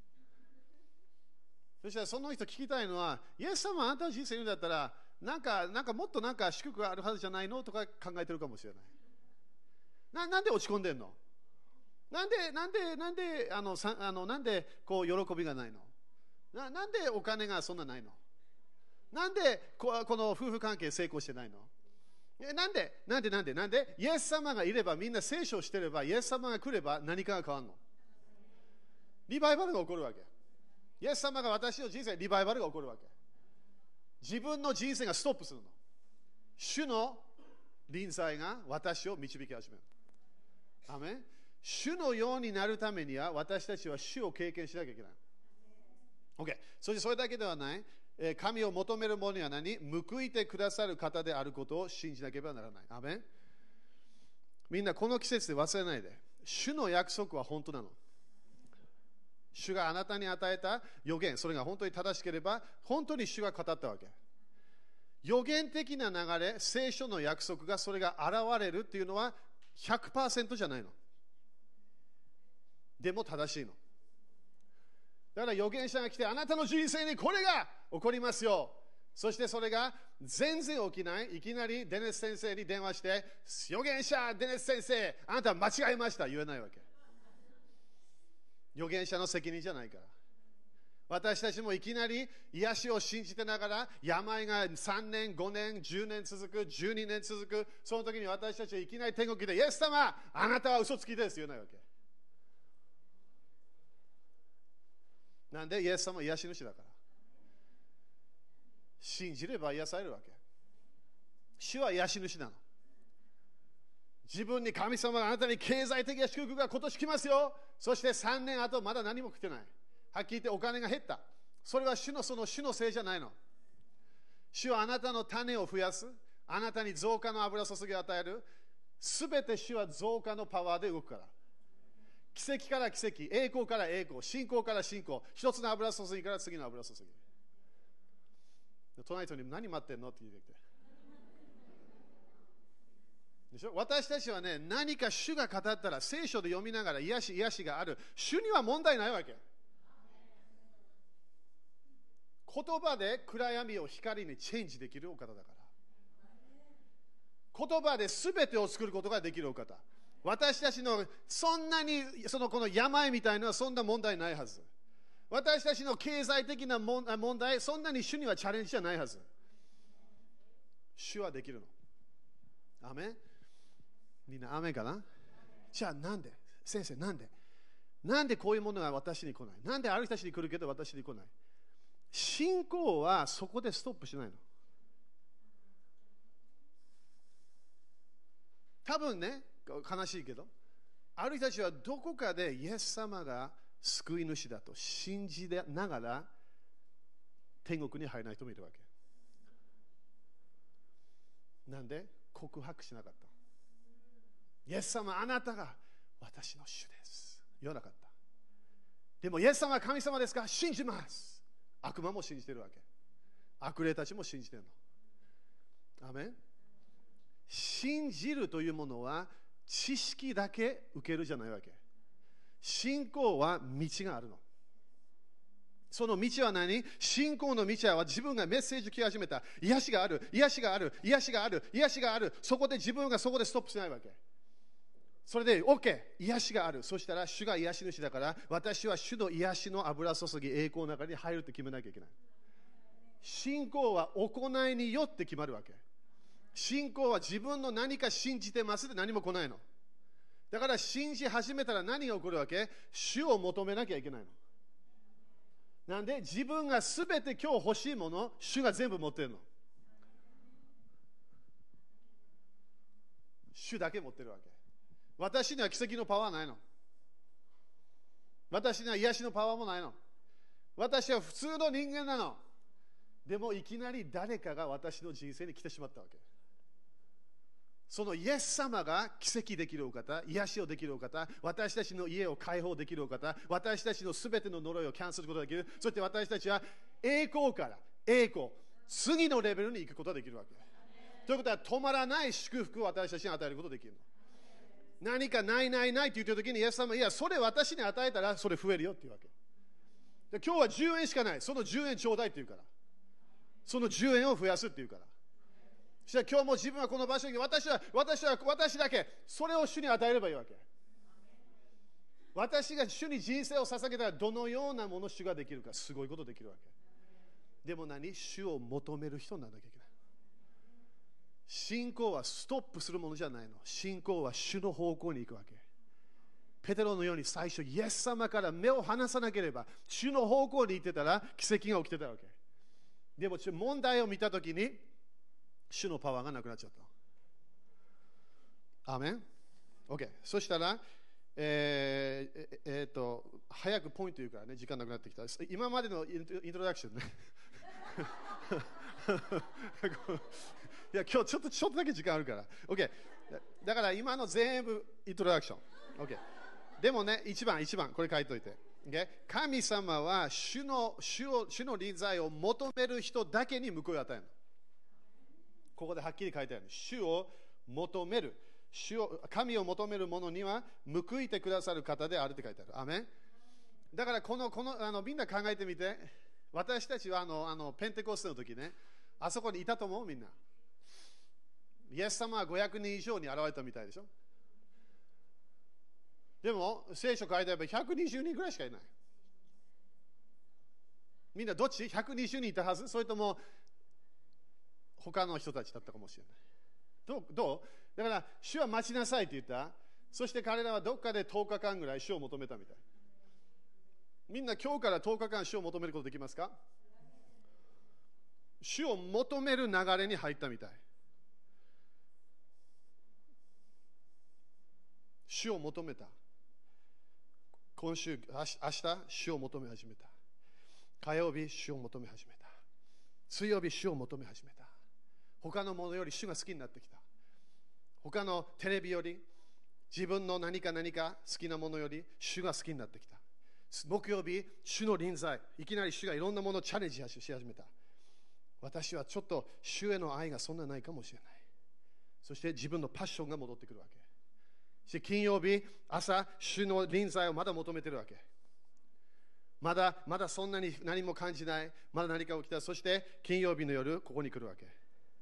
Speaker 1: そしたらその人聞きたいのは、イエス様あなたの人生にいるんだったら、なんか、なんかもっとなんか祝福があるはずじゃないのとか考えてるかもしれない。な、なんで落ち込んでんの？なんで、なんで、なんで、あの、さあのなんでこう喜びがないの？な, なんでお金がそんなないの？なんで こ, この夫婦関係成功してないの？えなんでなんでなんでなんでイエス様がいれば、みんな聖書をしてれば、イエス様が来れば何かが変わるの？リバイバルが起こるわけ。イエス様が私の人生、リバイバルが起こるわけ。自分の人生がストップするの。主の臨在が私を導き始める。アメン。主のようになるためには、私たちは主を経験しなきゃいけない。OK。そしてそれだけではない。神を求める者には何？報いてくださる方であることを信じなければならない。アメン。みんなこの季節で忘れないで。主の約束は本当なの。主があなたに与えた予言、それが本当に正しければ、本当に主が語ったわけ。予言的な流れ、聖書の約束がそれが現れるっていうのは ひゃくパーセント じゃないの。でも正しいの。だから預言者が来て、あなたの人生にこれが起こりますよ。そしてそれが全然起きない。いきなりデネス先生に電話して、預言者デネス先生、あなた間違えました。言えないわけ。預言者の責任じゃないから。私たちもいきなり癒しを信じてながら、病がさんねん、ごねん、じゅうねん続く、じゅうにねん続く、その時に私たちはいきなり天国で、イエス様、あなたは嘘つきです言えないわけ。なんでイエス様は癒し主だから。信じれば癒されるわけ。主は癒し主なの。自分に神様があなたに経済的な祝福が今年来ますよ。そしてさんねん後まだ何も来てない。はっきり言ってお金が減った。それは主のその主のせいじゃないの。主はあなたの種を増やす。あなたに増加の油注ぎを与える。すべて主は増加のパワーで動くから。奇跡から奇跡、栄光から栄光、信仰から信仰、一つの油注ぎから次の油注ぎ。隣人に何待ってんのって聞いてきて。でしょ？私たちはね、何か主が語ったら聖書で読みながら癒し癒しがある。主には問題ないわけ。言葉で暗闇を光にチェンジできるお方だから。言葉で全てを作ることができるお方。私たちのそんなにそのこの病みたいなのはそんな問題ないはず。私たちの経済的な問題、そんなに主にはチャレンジじゃないはず。主はできるの。アメン。みんなアメンかな？じゃあなんで？先生なんで？なんでこういうものが私に来ない？なんである人たちに来るけど私に来ない？信仰はそこでストップしないの。多分ね、悲しいけど、ある人たちはどこかでイエス様が救い主だと信じながら天国に入らない人もいるわけ。なんで告白しなかった。イエス様あなたが私の主です言わなかった。でもイエス様は神様ですか？信じます。悪魔も信じてるわけ。悪霊たちも信じてるの。アメン。信じるというものは知識だけ受けるじゃないわけ。信仰は道があるの。その道は何？信仰の道は自分がメッセージを聞き始めた。癒しがある、癒しがある、癒しがある、癒しがある。そこで自分がそこでストップしないわけ。それで OK、癒しがある。そしたら主が癒し主だから、私は主の癒しの油注ぎ、栄光の中に入るって決めなきゃいけない。信仰は行いによって決まるわけ。信仰は自分の何か信じてますで何も来ないの。だから信じ始めたら何が起こるわけ？主を求めなきゃいけないの。なんで自分がすべて今日欲しいもの、主が全部持ってるの。主だけ持ってるわけ。私には奇跡のパワーないの。私には癒しのパワーもないの。私は普通の人間なの。 でもいきなり誰かが私の人生に来てしまったわけ。そのイエス様が奇跡できるお方、癒しをできるお方、私たちの家を解放できるお方、私たちのすべての呪いをキャンセルすることができる。そして私たちは栄光から栄光、次のレベルに行くことができるわけ。ということは止まらない祝福を私たちに与えることができるの。何かないないないって言ってるときにイエス様、いや、それ私に与えたらそれ増えるよっていうわけ。で今日はじゅうえんしかない。そのじゅうえんちょうだいって言うから。そのじゅうえんを増やすって言うから。そしたら今日も自分はこの場所に私は私は私だけそれを主に与えればいいわけ。私が主に人生を捧げたらどのようなもの主ができるか、すごいことできるわけ。でも何？主を求める人にならなきゃいけない。信仰はストップするものじゃないの。信仰は主の方向に行くわけ。ペテロのように最初イエス様から目を離さなければ主の方向に行ってたら奇跡が起きてたわけ。でも問題を見たときに主のパワーがなくなっちゃった。アーメン。 OK。 そしたら、えーええー、と早くポイント言うからね、時間なくなってきた。今までのイントロダクションねいや今日ちょっとちょっとだけ時間あるから OK。 だから今の全部イントロダクション OK。 でもね、一番一番これ書いといて、okay？ 神様は主の主を主の臨在を求める人だけに報いを与えるの。ここではっきり書いてある。主を求める、主を神を求める者には報いてくださる方であるって書いてある。アメン。だからこのこのあのみんな考えてみて。私たちはあのあのペンテコステの時ね、あそこにいたと思う？みんな。イエス様はごひゃくにん以上に現れたみたいでしょ。でも聖書書いてあればひゃくにじゅうにんぐらいしかいない。みんなどっち？ ひゃくにじゅうにんいたはず？それとも他の人たちだったかもしれない。どう？どう？だから主は待ちなさいって言った。そして彼らはどっかでとおかかんぐらい主を求めたみたい。みんな今日からとおかかん主を求めることできますか？主を求める流れに入ったみたい。主を求めた。今週、明日、主を求め始めた。火曜日、主を求め始めた。水曜日、主を求め始めた。他のものより主が好きになってきた。他のテレビより、自分の何か何か好きなものより主が好きになってきた。木曜日、主の臨在、いきなり主がいろんなものをチャレンジし始めた。私はちょっと主への愛がそんなないかもしれない。そして自分のパッションが戻ってくるわけ。そして金曜日、朝、主の臨在をまだ求めてるわけ。まだまだそんなに何も感じない。まだ何か起きた。そして金曜日の夜、ここに来るわけ。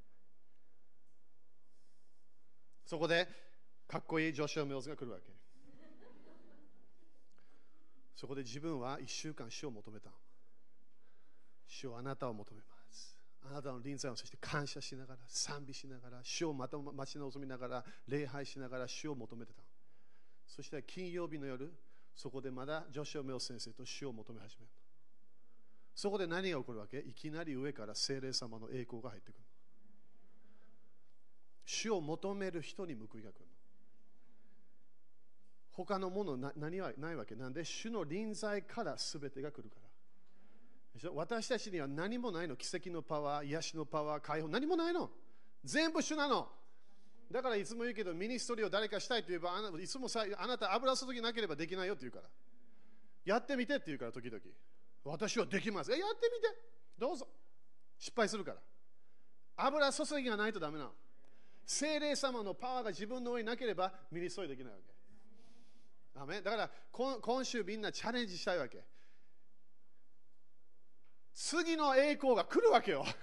Speaker 1: そこでかっこいいジョシュア・ミルズが来るわけ。そこで自分はいっしゅうかん主を求めた。主をあなたを求めます。あなたの臨在をそして感謝しながら、賛美しながら、主をまた待ち望みながら、礼拝しながら主を求めてた。そして金曜日の夜、そこでまだジョシュア・ミルズ先生と主を求め始める。そこで何が起こるわけ？いきなり上から聖霊様の栄光が入ってくる。主を求める人に報いが来る。他のものな何はないわけ。なんで主の臨在から全てが来るから。私たちには何もないの。奇跡のパワー、癒しのパワー、解放、何もないの。全部主なの。だからいつも言うけど、ミニストリーを誰かしたいと言えば、あないつもさ、あなた油注ぎなければできないよって言うから。やってみてって言うから、時々。私はできます。え、やってみて。どうぞ。失敗するから。油注ぎがないとダメなの。聖霊様のパワーが自分の上になければ、ミニストリーできないわけ。アメン。だから今週みんなチャレンジしたいわけ。次の栄光が来るわけよ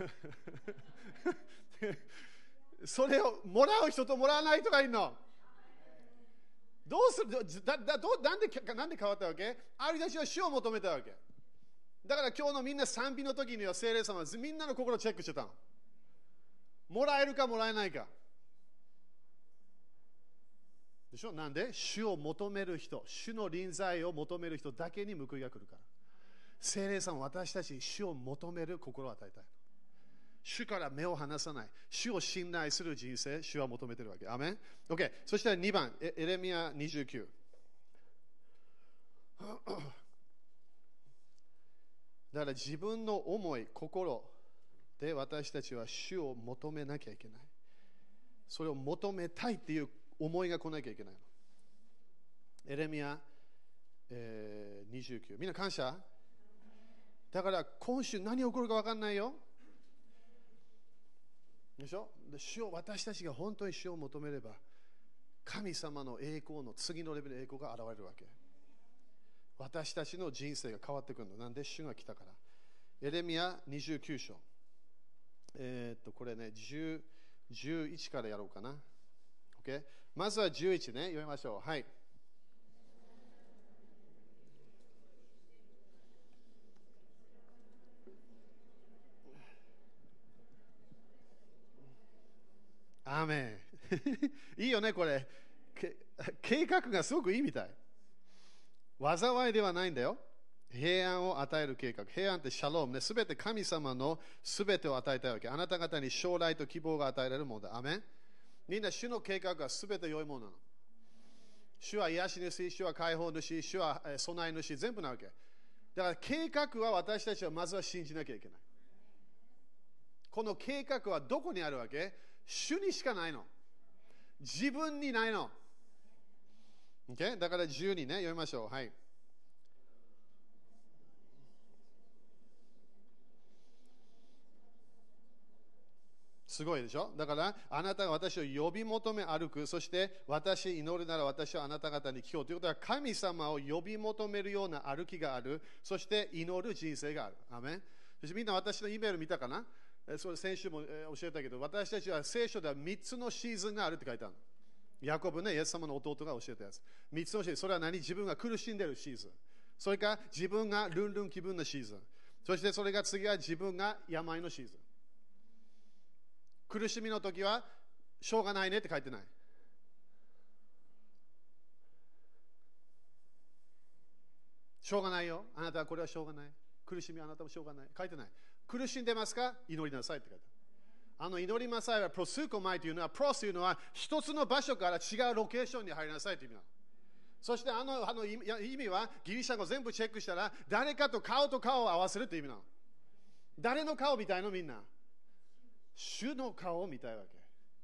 Speaker 1: それをもらう人ともらわない人がいるの。どうするだだどなんでなんで変わったわけ？ある人たちは主を求めたわけ。だから今日のみんな賛美の時には聖霊様はみんなの心をチェックしてたの。もらえるかもらえないかでしょ。なんで主を求める人、主の臨在を求める人だけに報いが来るから。聖霊さんは私たちに主を求める心を与えたい。主から目を離さない。主を信頼する人生、主は求めているわけ。アメン。OK。そしてにばん、エレミヤにじゅうきゅう。だから自分の思い、心、 で、私たちは主を求めなきゃいけない。それを求めたいっていう思いが来なきゃいけないの。エレミア、えー、にじゅうきゅう。みんな感謝？だから今週何起こるか分かんないよ。でしょ？で主を私たちが本当に主を求めれば、神様の栄光の次のレベルの栄光が現れるわけ。私たちの人生が変わってくるの。なんで主が来たから。エレミアにじゅうきゅう章。えー、っと、これね、じゅう、じゅういちからやろうかな。Okay? まずはじゅういちね、読みましょう。はい。アーメン。いいよね、これ。計画がすごくいいみたい。災いではないんだよ。平安を与える計画。平安ってシャロームね。すべて神様のすべてを与えたいわけ。あなた方に将来と希望が与えられるものだ。アメン。みんな主の計画はすべて良いものなの。主は癒し主、主は解放主、主は備え主、全部なわけ。だから計画は私たちはまずは信じなきゃいけない。この計画はどこにあるわけ？主にしかないの。自分にないの。Okay? だからじゅうにね、読みましょう。はい。すごいでしょ？だからあなたが私を呼び求め歩く、そして私祈るなら私はあなた方に聞こうということは、神様を呼び求めるような歩きがある、そして祈る人生がある。アメン。そしてみんな私のイメール見たかな？それ先週も教えたけど、私たちは聖書ではみっつのシーズンがあるって書いてあるの。ヤコブね、イエス様の弟が教えたやつ。みっつのシーズン。それは何？自分が苦しんでいるシーズン。それから自分がルンルン気分のシーズン。そしてそれが次は自分が病のシーズン。苦しみの時はしょうがないねって書いてない。しょうがないよ。あなたはこれはしょうがない。苦しみはあなたもしょうがない。書いてない。苦しんでますか？祈りなさいって書いてある。あの祈りなさいはプロスーコマイというのは、プロスというのは一つの場所から違うロケーションに入りなさいという意味なの。そしてあのあの意味はギリシャ語全部チェックしたら、誰かと顔と顔を合わせるという意味なの。誰の顔みたいのみんな？主の顔を見たいわけ。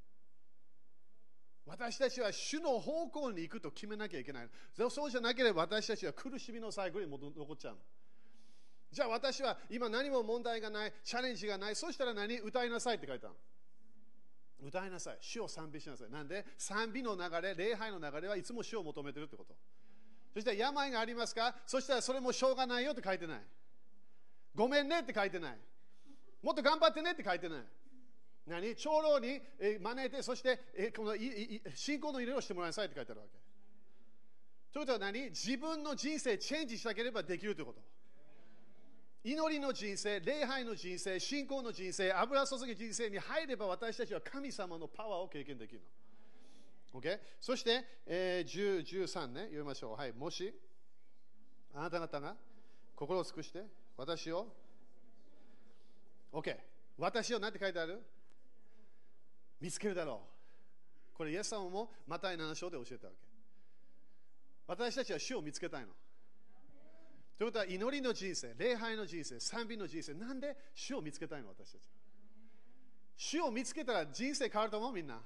Speaker 1: 私たちは主の方向に行くと決めなきゃいけない。そうじゃなければ私たちは苦しみのサイクルに残っちゃう。じゃあ私は今何も問題がない、チャレンジがない。そしたら何？歌いなさいって書いてある。歌いなさい。主を賛美しなさい。なんで賛美の流れ、礼拝の流れはいつも主を求めてるってこと。そして病がありますか？そしたらそれもしょうがないよって書いてない。ごめんねって書いてない。もっと頑張ってねって書いてない。何？長老に招いて、そしてこの信仰の祈りをしてもらいなさいって書いてあるわけ。ということは何？自分の人生チェンジしたければできるということ。祈りの人生、礼拝の人生、信仰の人生、油注ぎ人生に入れば私たちは神様のパワーを経験できるの。Okay? そして、えー、じゅう、じゅうさんね、読みましょう。はい。もし、あなた方が心を尽くして、私を、OK。私を何て書いてある？見つけるだろう。これ、イエス様もマタイなな章で教えたわけ。私たちは主を見つけたいの。ということは、祈りの人生、礼拝の人生、賛美の人生、なんで主を見つけたいの？私たち。主を見つけたら人生変わると思う？みんな。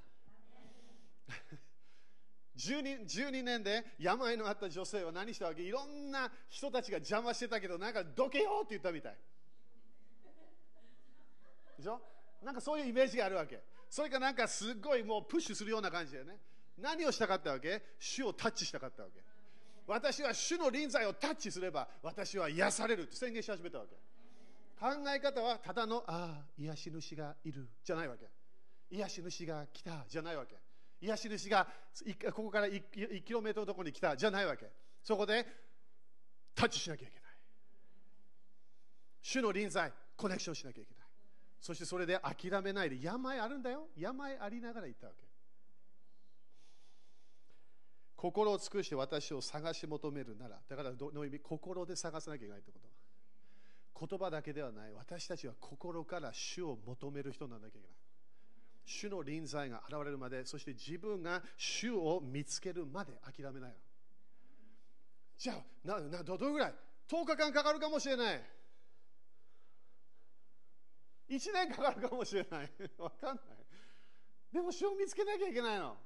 Speaker 1: じゅうに, じゅうにねんで病のあった女性は何したわけ？いろんな人たちが邪魔してたけど、なんかどけようって言ったみたい。でしょ？なんかそういうイメージがあるわけ。それがなんかすごいもうプッシュするような感じでね。何をしたかったわけ？主をタッチしたかったわけ。私は主の臨在をタッチすれば私は癒されるって宣言し始めたわけ。考え方はただの、ああ、癒し主がいるじゃないわけ。癒し主が来たじゃないわけ。癒し主がここから いちキロメートルのところに来たじゃないわけ。そこでタッチしなきゃいけない。主の臨在、コネクションしなきゃいけない。そしてそれで諦めないで、病あるんだよ。病ありながら行ったわけ。心を尽くして私を探し求めるなら、だからどの意味？心で探さなきゃいけないってこと。言葉だけではない。私たちは心から主を求める人にならなきゃいけない。主の臨在が現れるまで、そして自分が主を見つけるまで諦めない。じゃあ、ななどのぐらい？とおかかんかかるかもしれない。 いちねんかかるかもしれない。わかんない。でも主を見つけなきゃいけないの。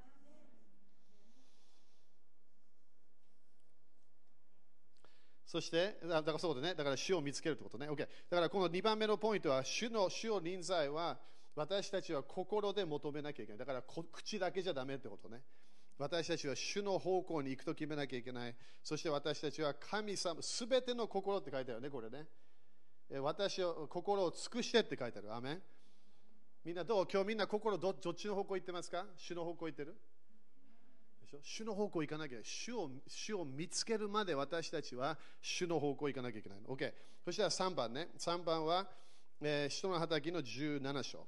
Speaker 1: そして、だからそうだね。だから主を見つけるってことね。OK。だからこのにばんめのポイントは、主の主を臨在は、私たちは心で求めなきゃいけない。だから口だけじゃダメってことね。私たちは主の方向に行くと決めなきゃいけない。そして私たちは神様、すべての心って書いてあるね、これね。私を心を尽くしてって書いてある。アメン。みんなどう？今日みんな心ど、どっちの方向行ってますか？主の方向行ってる？でしょ？主の方向行かなきゃいけない。主を、主を見つけるまで私たちは主の方向行かなきゃいけない。OK。そしたらさんばんね。さんばんは、えー、使徒の働きのじゅうなな章。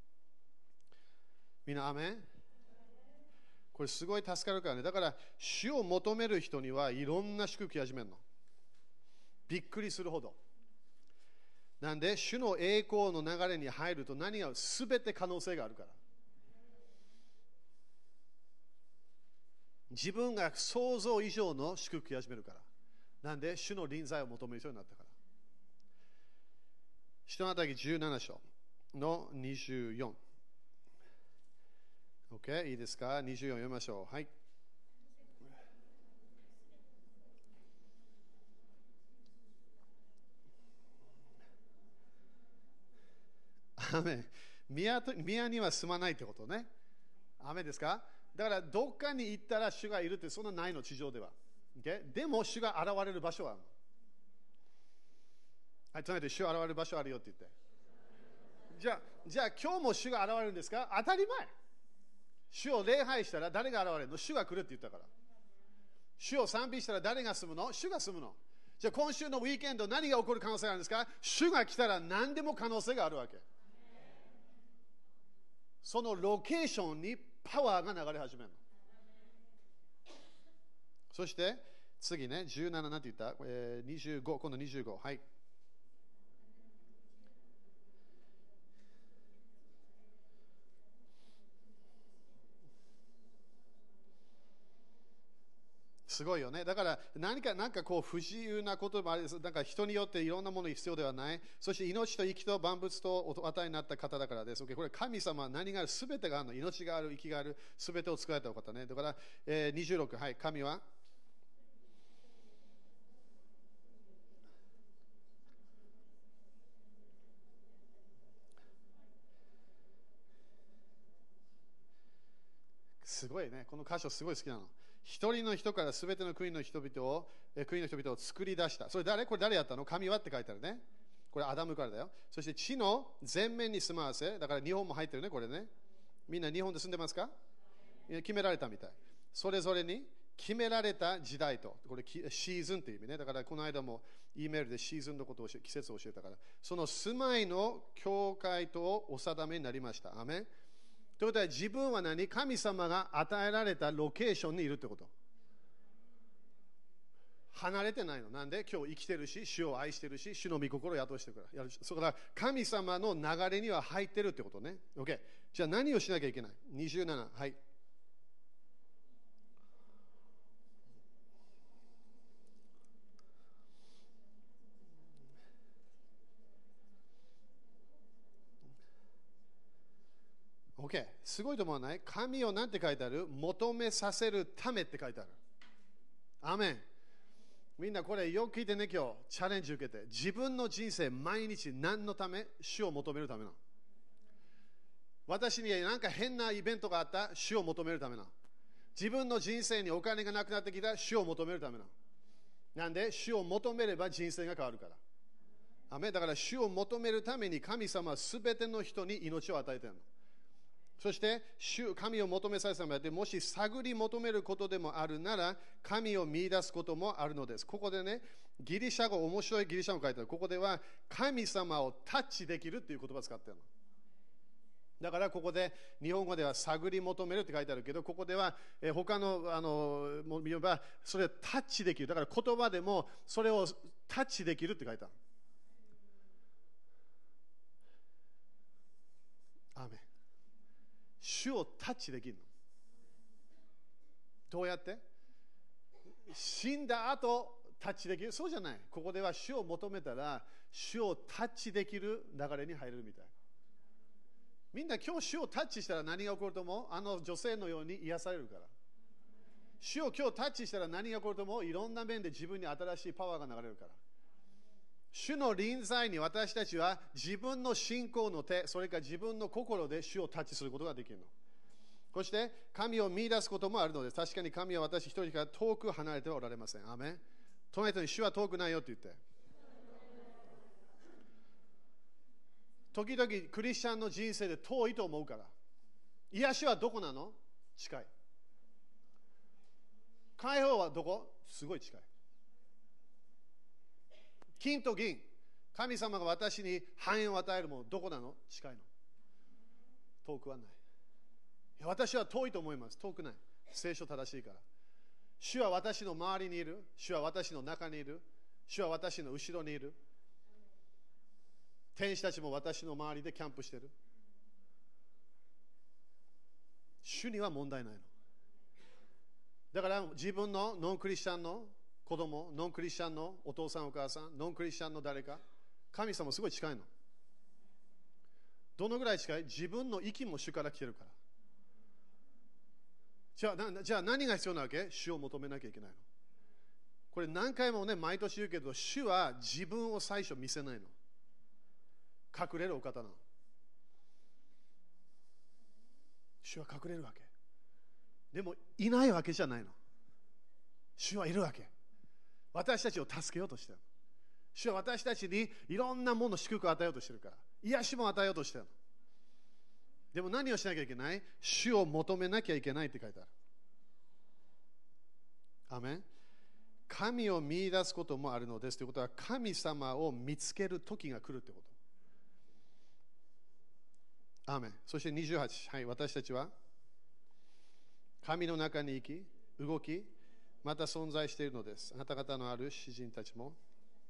Speaker 1: みんなアメン。これすごい助かるからね。だから、主を求める人にはいろんな祝福始めるの。びっくりするほど。なんで、主の栄光の流れに入ると何がすべて可能性があるから。自分が想像以上の祝福始めるから。なんで、主の臨在を求める人になったから。使徒の働きじゅうなな章のにじゅうよん。OK、いいですか？にじゅうよん読みましょう。はい。アメン。宮と宮には住まないってことね。アメンですか？だからどっかに行ったら主がいるってそんなないの、地上では。Okay？ でも主が現れる場所はあるの。はい、とにかく主が現れる場所あるよって言って。じゃあ、じゃあ今日も主が現れるんですか？当たり前。主を礼拝したら誰が現れるの？主が来るって言ったから。主を賛美したら誰が住むの？主が住むの。じゃあ今週のウィーケンド何が起こる可能性があるんですか？主が来たら何でも可能性があるわけ。そのロケーションにパワーが流れ始めるの。そして次ね、じゅうなななんて言った？えー、にじゅうご、今度にじゅうご。はい。すごいよね。だから何かなんかこう不自由なこともありです。なんか人によっていろんなものに必要ではない。そして命と息と万物とお与えになった方だからです。これ神様は何がある？すべてがあるの。命がある、息がある、すべてを作られたお方ね。だから、えー、にじゅうろく、はい。神はすごいね。この箇所すごい好きなの。一人の人からすべての国の人々を、え国の人々を作り出した。それ誰？これ誰やったの？神はって書いてあるね。これアダムからだよ。そして地の全面に住まわせ。だから日本も入ってるね、これね。みんな日本で住んでますか？決められたみたい。それぞれに決められた時代と。これシーズンっていう意味ね。だからこの間も E メールでシーズンのことを季節を教えたから。その住まいの教会とお定めになりました。アメン。ということは自分は何？神様が与えられたロケーションにいるってこと。離れてないの。なんで今日生きてるし、主を愛してるし、主の御心を宿してくから。やるし。それから神様の流れには入ってるってことね。OK。じゃあ何をしなきゃいけない？にじゅうなな。はい。OK。すごいと思わない？神を何て書いてある？求めさせるためって書いてある。アーメン。みんなこれよく聞いてね、今日チャレンジ受けて。自分の人生毎日何のため？主を求めるためなの。私に何か変なイベントがあった？主を求めるためなの。自分の人生にお金がなくなってきた？主を求めるためなの。なんで主を求めれば人生が変わるから。アメン。だから主を求めるために神様はすべての人に命を与えているの。そして主神を求めさせたので、もし探り求めることでもあるなら神を見出すこともあるのです。ここでね、ギリシャ語、面白いギリシャ語書いてある。ここでは神様をタッチできるという言葉を使っているの。だからここで日本語では探り求めるって書いてあるけど、ここではえ他のあのも言えばそれをタッチできる。だから言葉でもそれをタッチできるって書いてある。アーメン。主をタッチできるの。どうやって？死んだ後タッチできる？そうじゃない。ここでは主を求めたら主をタッチできる流れに入れるみたい。 みんな今日主をタッチしたら何が起こると思う？あの女性のように癒されるから。主を今日タッチしたら何が起こると思う？いろんな面で自分に新しいパワーが流れるから。主の臨在に私たちは自分の信仰の手、それから自分の心で主をタッチすることができるの。そして神を見出すこともあるのです。確かに神は私一人から遠く離れてはおられません。アメン。隣人に主は遠くないよって言って。時々クリスチャンの人生で遠いと思うから。癒しはどこなの？近い。解放はどこ？すごい近い。金と銀、神様が私に繁栄を与えるもの、どこなの？近いの。遠くはない。いや、私は遠いと思います。遠くない。聖書正しいから。主は私の周りにいる。主は私の中にいる。主は私の後ろにいる。天使たちも私の周りでキャンプしている。主には問題ないの。だから自分のノンクリスチャンの子供、ノンクリスチャンのお父さんお母さん、ノンクリスチャンの誰か、神様すごい近いの。どのぐらい近い？自分の息も主から来てるから。じゃあ、なじゃあ何が必要なわけ？主を求めなきゃいけないの。これ何回もね、毎年言うけど、主は自分を最初見せないの。隠れるお方なの。主は隠れるわけ。でもいないわけじゃないの。主はいるわけ。私たちを助けようとしてる。主は私たちにいろんなもの祝福を与えようとしてるから。癒しも与えようとしてるの。でも何をしなきゃいけない？主を求めなきゃいけないって書いてある。アメン。神を見出すこともあるのですということは、神様を見つける時が来るってこと。アメン。そしてにじゅうはち、はい、私たちは神の中に生き、動き、また存在しているのです。あなた方のある詩人たちも。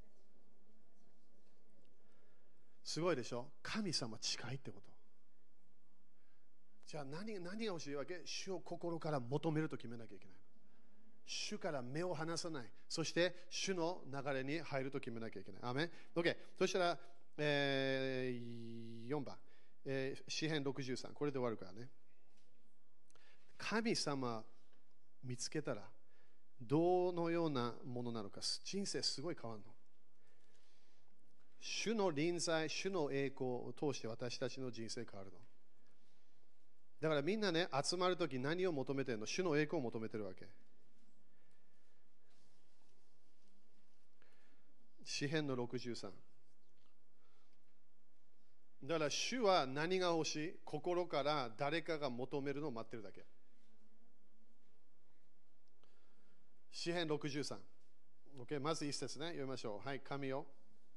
Speaker 1: すごいでしょ？神様近いってこと。じゃあ 何, 何が欲しいわけ？主を心から求めると決めなきゃいけない。主から目を離さない。そして主の流れに入ると決めなきゃいけない。アーメン。 OK。 そしたら、えー、よんばん、えー、詩編ろくじゅうさん、これで終わるからね。神様見つけたらどのようなものなのか、人生すごい変わるの。主の臨在、主の栄光を通して私たちの人生変わるの。だからみんなね、集まるとき何を求めてるの？主の栄光を求めてるわけ。詩編のろくじゅうさん。だから主は何が欲しい？心から誰かが求めるのを待ってるだけ。詩編ろくじゅうさん。Okay、まず一節ね、読みましょう。はい、神よ。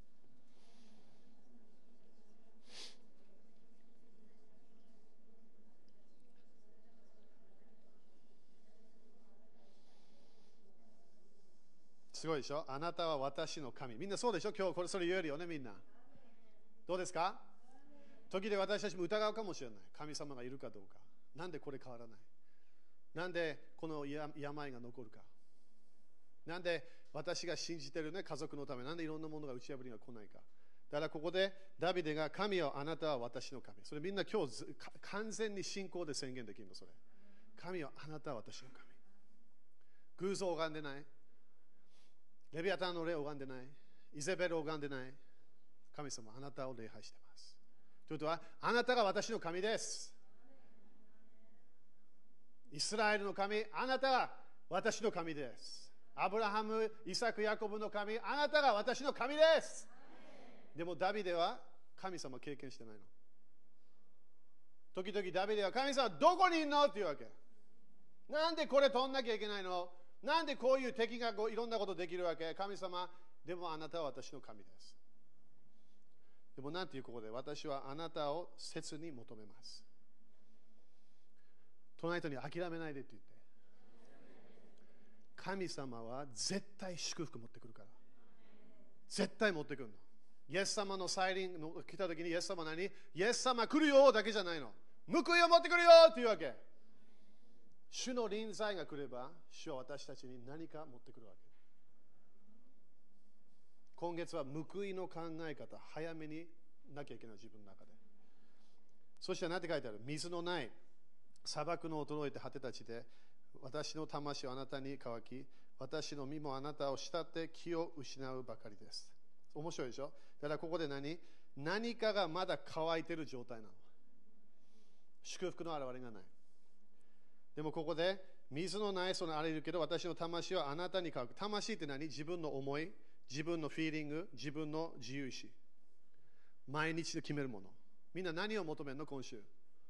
Speaker 1: すごいでしょ？あなたは私の神。みんなそうでしょ？今日これそれ言えるよね、みんな。どうですか？時で私たちも疑うかもしれない。神様がいるかどうか。なんでこれ変わらない？なんでこの病が残るか？なんで私が信じている、ね、家族のため、なんでいろんなものが打ち破りが来ないか。だからここでダビデが神よ、あなたは私の神。それみんな今日完全に信仰で宣言できるの。それ神よ、あなたは私の神。偶像を拝んでない。レビアタンの霊を拝んでない。イゼベルを拝んでない。神様、あなたを礼拝しています。ということは、あなたが私の神です。イスラエルの神、あなたが私の神です。アブラハム、イサク、ヤコブの神、あなたが私の神です。でもダビデは神様経験してないの。時々ダビデは神様どこにいるのって言うわけ。なんでこれ取んなきゃいけないの？なんでこういう敵がいろんなことできるわけ？神様、でもあなたは私の神です。でもなんていうここで、私はあなたを切に求めます。隣人に諦めないでって言って。神様は絶対祝福持ってくるから。絶対持ってくるの。イエス様の再臨の来た時にイエス様は何？イエス様来るよだけじゃないの。報いを持ってくるよっていうわけ。主の臨在が来れば、主は私たちに何か持ってくるわけ。今月は報いの考え方、早めになきゃいけない、自分の中で。 そして何て書いてある？水のない砂漠の衰えて果てた地で、私の魂はあなたに乾き、私の身もあなたを慕って気を失うばかりです。面白いでしょ？だからここで何？何かがまだ乾いている状態なの。祝福の現れがない。でもここで、水のないそのあれいるけど、私の魂はあなたに乾く。魂って何？自分の思い、自分のフィーリング、自分の自由意志。毎日で決めるもの。みんな何を求めるの？今週。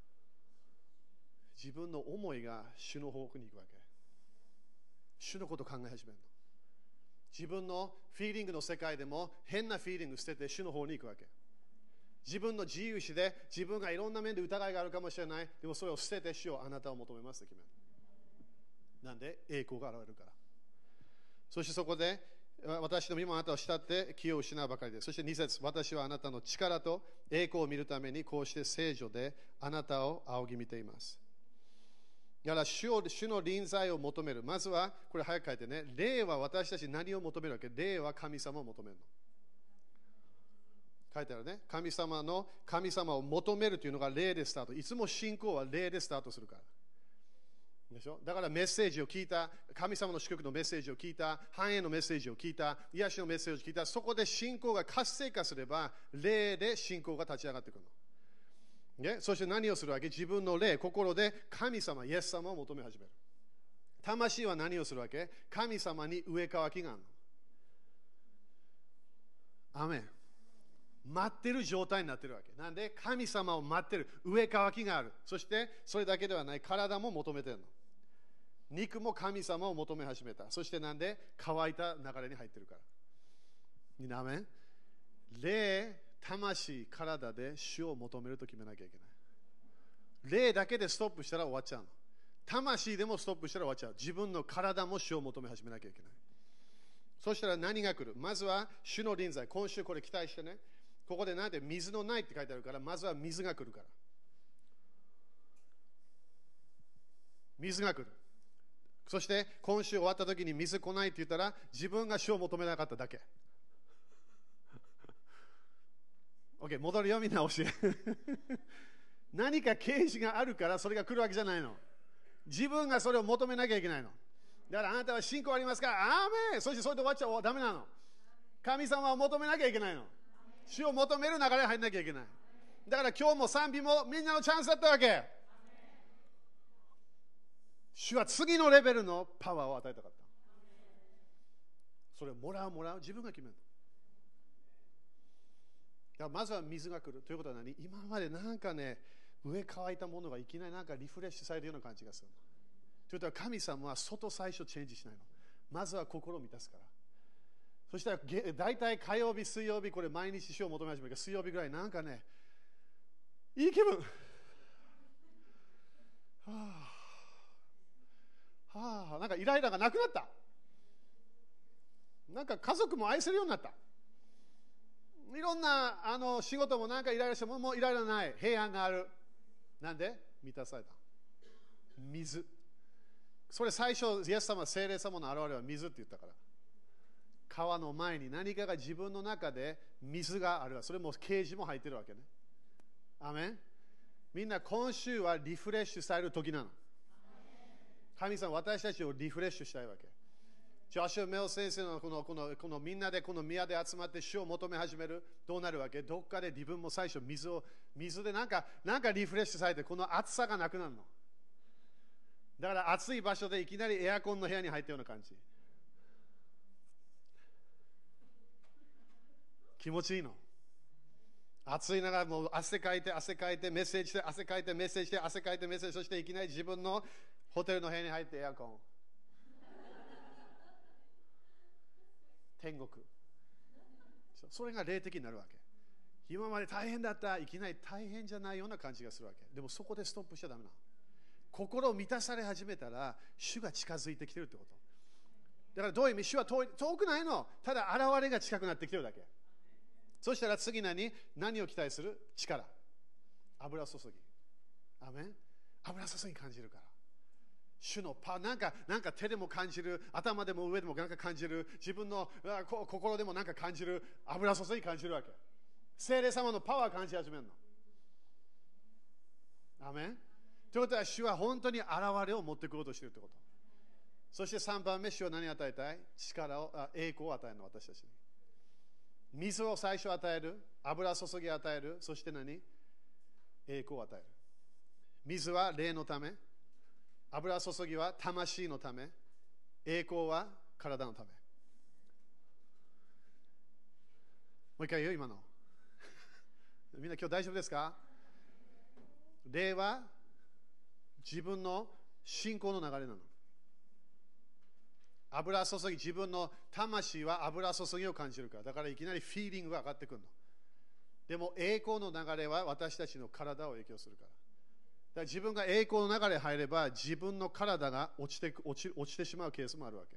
Speaker 1: 自分の思いが主の方向に行くわけ。主のことを考え始めるの。自分のフィーリングの世界でも変なフィーリング捨てて主の方に行くわけ。自分の自由意志で自分がいろんな面で疑いがあるかもしれない。でもそれを捨てて主をあなたを求めますと決める。なんで栄光が現れるから。そしてそこで私の身もあなたを慕って気を失うばかりです。そしてに節、私はあなたの力と栄光を見るためにこうして聖女であなたを仰ぎ見ています。だから主を主の臨在を求める。まずはこれ早く書いてね。霊は私たち何を求めるわけ？霊は神様を求めるの。書いてあるね。神様の神様を求めるというのが霊でスタート。いつも信仰は霊でスタートするから。でしょ？だからメッセージを聞いた、神様の祝福のメッセージを聞いた、繁栄のメッセージを聞いた、癒しのメッセージを聞いた、そこで信仰が活性化すれば、霊で信仰が立ち上がってくるの。ね、そして何をするわけ？自分の霊、心で神様、イエス様を求め始める。魂は何をするわけ？神様に上乾きがあるの。アメン。待ってる状態になってるわけ。なんで神様を待ってる。上乾きがある。そしてそれだけではない。体も求めてるの。肉も神様を求め始めた。そしてなんで乾いた流れに入ってるから。みんなアメン。霊、魂、体で主を求めると決めなきゃいけない。霊だけでストップしたら終わっちゃうの。魂でもストップしたら終わっちゃう。自分の体も主を求め始めなきゃいけない。そしたら何が来る？まずは主の臨在。今週これ期待してね。ここでなんで水のないって書いてあるから、まずは水が来るから。水が来る。そして今週終わった時に水来ないって言ったら、自分が主を求めなかっただけ。OK、戻るよ、みんな教え。何か啓示があるからそれが来るわけじゃないの。自分がそれを求めなきゃいけないの。だからあなたは信仰ありますか？アーメン。そしてそれで終わっちゃうダメなの。神様を求めなきゃいけないの。主を求める流れに入んなきゃいけない。だから今日も賛美もみんなのチャンスだったわけ。主は次のレベルのパワーを与えたかった。それをもらうもらう自分が決める。だからまずは水が来るということは何？今までなんかね、上乾いたものがいきなりなんかリフレッシュされるような感じがするの。ということは神様は外最初チェンジしないの。まずは心を満たすから。そしたら大体火曜日、水曜日、これ毎日主を求め始めるから、水曜日ぐらいなんかね、いい気分。はあ、はあ、なんかイライラがなくなった。なんか家族も愛せるようになった。いろんなあの仕事もなんかイライラしても、もうイライラない。平安がある。なんで満たされた。水。それ最初、イエス様、聖霊様の現れは水って言ったから。川の前に何かが自分の中で水がある。それも啓示も入ってるわけね。アメン。みんな今週はリフレッシュされる時なの。神様、私たちをリフレッシュしたいわけ。ジョシュ・メオ先生のこのこのこのみんなでこの宮で集まって主を求め始める。どうなるわけ？どっかで自分も最初水を、水でなんか、なんかリフレッシュされて、この暑さがなくなるの。だから暑い場所でいきなりエアコンの部屋に入ったような感じ。気持ちいいの。暑いならもう汗かいて汗かいてメッセージして汗かいてメッセージして汗かいてメッセージ、そしていきなり自分のホテルの部屋に入ってエアコン。天国。それが霊的になるわけ。今まで大変だった、いきなり大変じゃないような感じがするわけ。でもそこでストップしちゃダメなの。心を満たされ始めたら主が近づいてきてるってこと。だからどういう意味？主は 遠, 遠くないの。ただ現れが近くなってきてるだけ。そしたら次何？何を期待する？力。油注ぎ。アメン。油注ぎ感じるから。主のパワー、なんか、なんか手でも感じる、頭でも上でもなんか感じる、自分の心でもなんか感じる、油注ぎ感じるわけ。聖霊様のパワー感じ始めるの。 アメン。ということは、主は本当に現れを持ってくるとしているということ。そしてさんばんめ、主は何を与えたい？力を、あ栄光を与えるの、私たちに。水を最初与える、油注ぎを与える、そして何？栄光を与える。水は霊のため、油注ぎは魂のため、栄光は体のため。もう一回言う、今の。みんな今日大丈夫ですか？霊は自分の信仰の流れなの。油注ぎ、自分の魂は油注ぎを感じるから。だからいきなりフィーリングが上がってくるの。でも栄光の流れは私たちの体を影響するから。だから自分が栄光の流れに入れば自分の体が落ちて、落ち、落ちてしまうケースもあるわけ。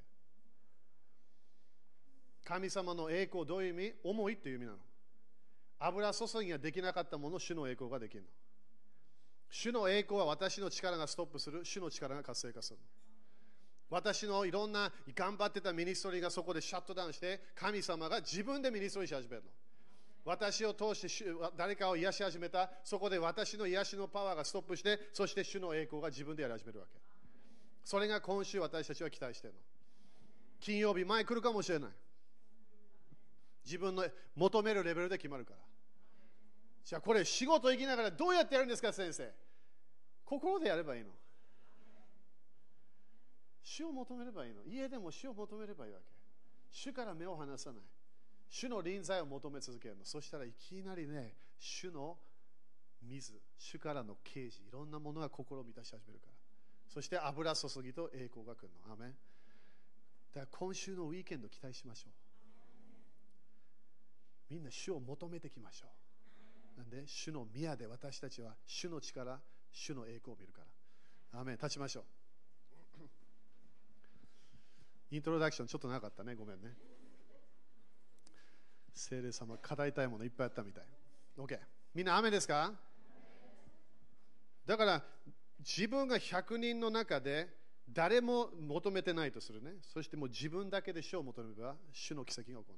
Speaker 1: 神様の栄光どういう意味？重いという意味なの。油注ぎができなかったもの、主の栄光ができるの。主の栄光は私の力がストップする、主の力が活性化するの。私のいろんな頑張ってたミニストリーがそこでシャットダウンして、神様が自分でミニストリーし始めるの。私を通して誰かを癒し始めた、そこで私の癒しのパワーがストップして、そして主の栄光が自分でやり始めるわけ。それが今週私たちは期待しているの。金曜日前来るかもしれない。自分の求めるレベルで決まるから。じゃあこれ仕事行きながらどうやってやるんですか先生？心でやればいいの。主を求めればいいの。家でも主を求めればいいわけ。主から目を離さない。主の臨在を求め続けるの。そしたらいきなりね、主の水、主からの啓示、いろんなものが心を満たし始めるから。そして油注ぎと栄光が来るの。アメン。だから今週のウィーケンド期待しましょう。みんな主を求めてきましょう。なんで主の宮で私たちは主の力、主の栄光を見るから。アメン。立ちましょう。イントロダクションちょっとなかったね。ごめんね。聖霊様、語りたいものいっぱいあったみたい。OK。みんな雨ですか？だから自分がひゃくにんの中で誰も求めてないとするね。そしてもう自分だけで主を求めれば主の奇跡が起こる。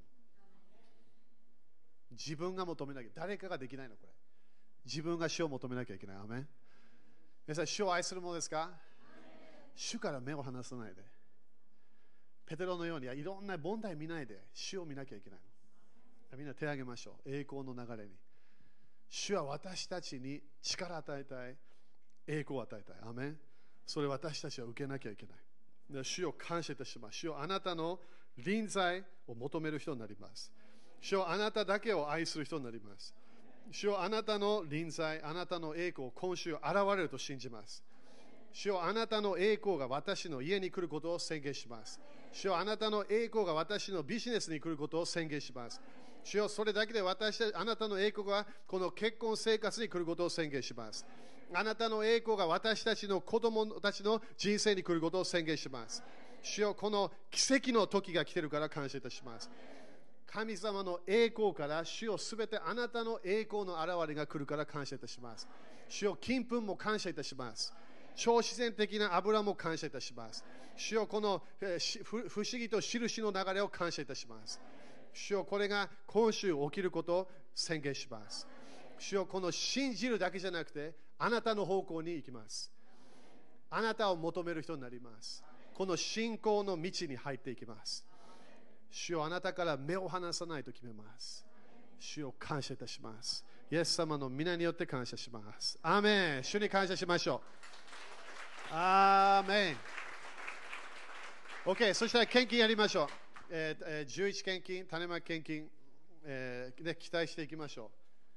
Speaker 1: 自分が求めなきゃ、誰かができないのこれ。自分が主を求めなきゃいけない。アメン。皆さん、主を愛するものですか？主から目を離さないで。ペテロのようにいろんな問題見ないで主を見なきゃいけないの。みんな手を挙げましょう。栄光の流れに。主は私たちに力を与えたい。栄光を与えたい。アメン。それを私たちは受けなきゃいけない。主を感謝いたします。主をあなたの臨在を求める人になります。主をあなただけを愛する人になります。主をあなたの臨在、あなたの栄光、今週現れると信じます。主よあなたの栄光が私の家に来ることを宣言します。主よあなたの栄光が私のビジネスに来ることを宣言します。主よそれだけで私たちあなたの栄光がこの結婚生活に来ることを宣言します。あなたの栄光が私たちの子供たちの人生に来ることを宣言します。主よこの奇跡の時が来ているから感謝いたします。神様の栄光から主よすべてあなたの栄光の現れが来るから感謝いたします。主よ金粉も感謝いたします。超自然的な油も感謝いたします。主よこの不思議と印の流れを感謝いたします。主よこれが今週起きることを宣言します。主よこの信じるだけじゃなくてあなたの方向に行きます。あなたを求める人になります。この信仰の道に入っていきます。主よあなたから目を離さないと決めます。主を感謝いたします。イエス様の皆によって感謝します。アーメン。主に感謝しましょう。アーメン。OK、そしたら献金やりましょう。えーえー、じゅういち献金、種まき献金、えーね、期待していきましょう。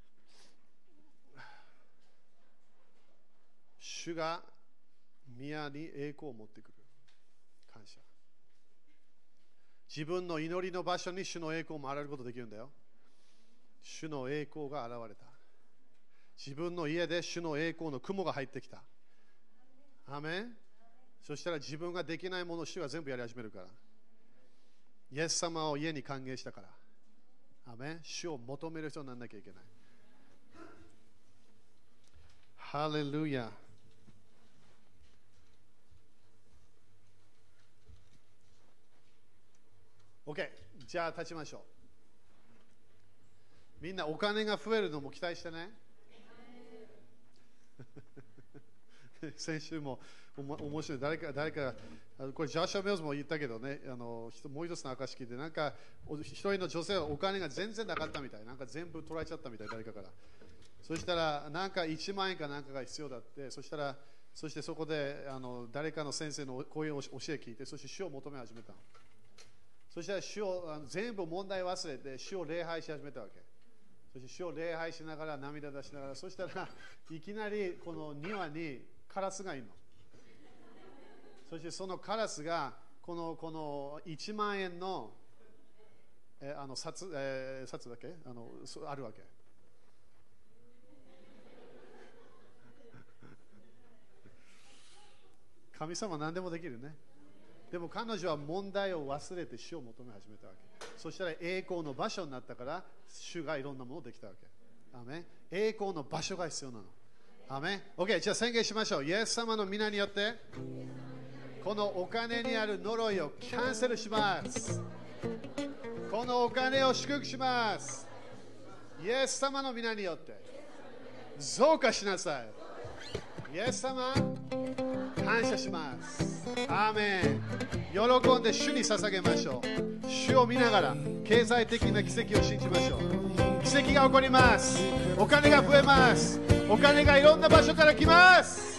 Speaker 1: 主が宮に栄光を持ってくる。感謝。自分の祈りの場所に主の栄光も現れることができるんだよ。主の栄光が現れた。自分の家で主の栄光の雲が入ってきた。アーメン。そしたら自分ができないものを主が全部やり始めるから。イエス様を家に歓迎したから。アーメン。主を求める人にならなきゃいけない。ハレルヤ。OK、じゃあ立ちましょう。みんなお金が増えるのも期待してね。 先週もおも面白い、誰か、誰か、これ、ジャシャ・メオズも言ったけどね、あのもう一つの証聞いて、なんか、一人の女性はお金が全然なかったみたい、なんか全部取られちゃったみたい、誰かから。そしたら、なんかいちまん円かなんかが必要だって、そしたら、そしてそこであの誰かの先生のこういう教え聞いて、そして主を求め始めた。そしたら主をあの全部問題忘れて、主を礼拝し始めたわけ。そして主を礼拝しながら涙出しながら、そしたらいきなりこの庭にカラスがいるの。そしてそのカラスがこのこのいちまん円のえあの札、えー、札だけあのあるわけ。神様は何でもできるね。でも彼女は問題を忘れて主を求め始めたわけ。そしたら栄光の場所になったから、主がいろんなものをできたわけ。アメン。栄光の場所が必要なの。アメン。OK、じゃあ宣言しましょう。イエス様の皆によって、このお金にある呪いをキャンセルします。このお金を祝福します。イエス様の皆によって、増加しなさい。イエス様、感謝します。アーメン。喜んで主に捧げましょう。主を見ながら経済的な奇跡を信じましょう。奇跡が起こります。お金が増えます。お金がいろんな場所から来ます。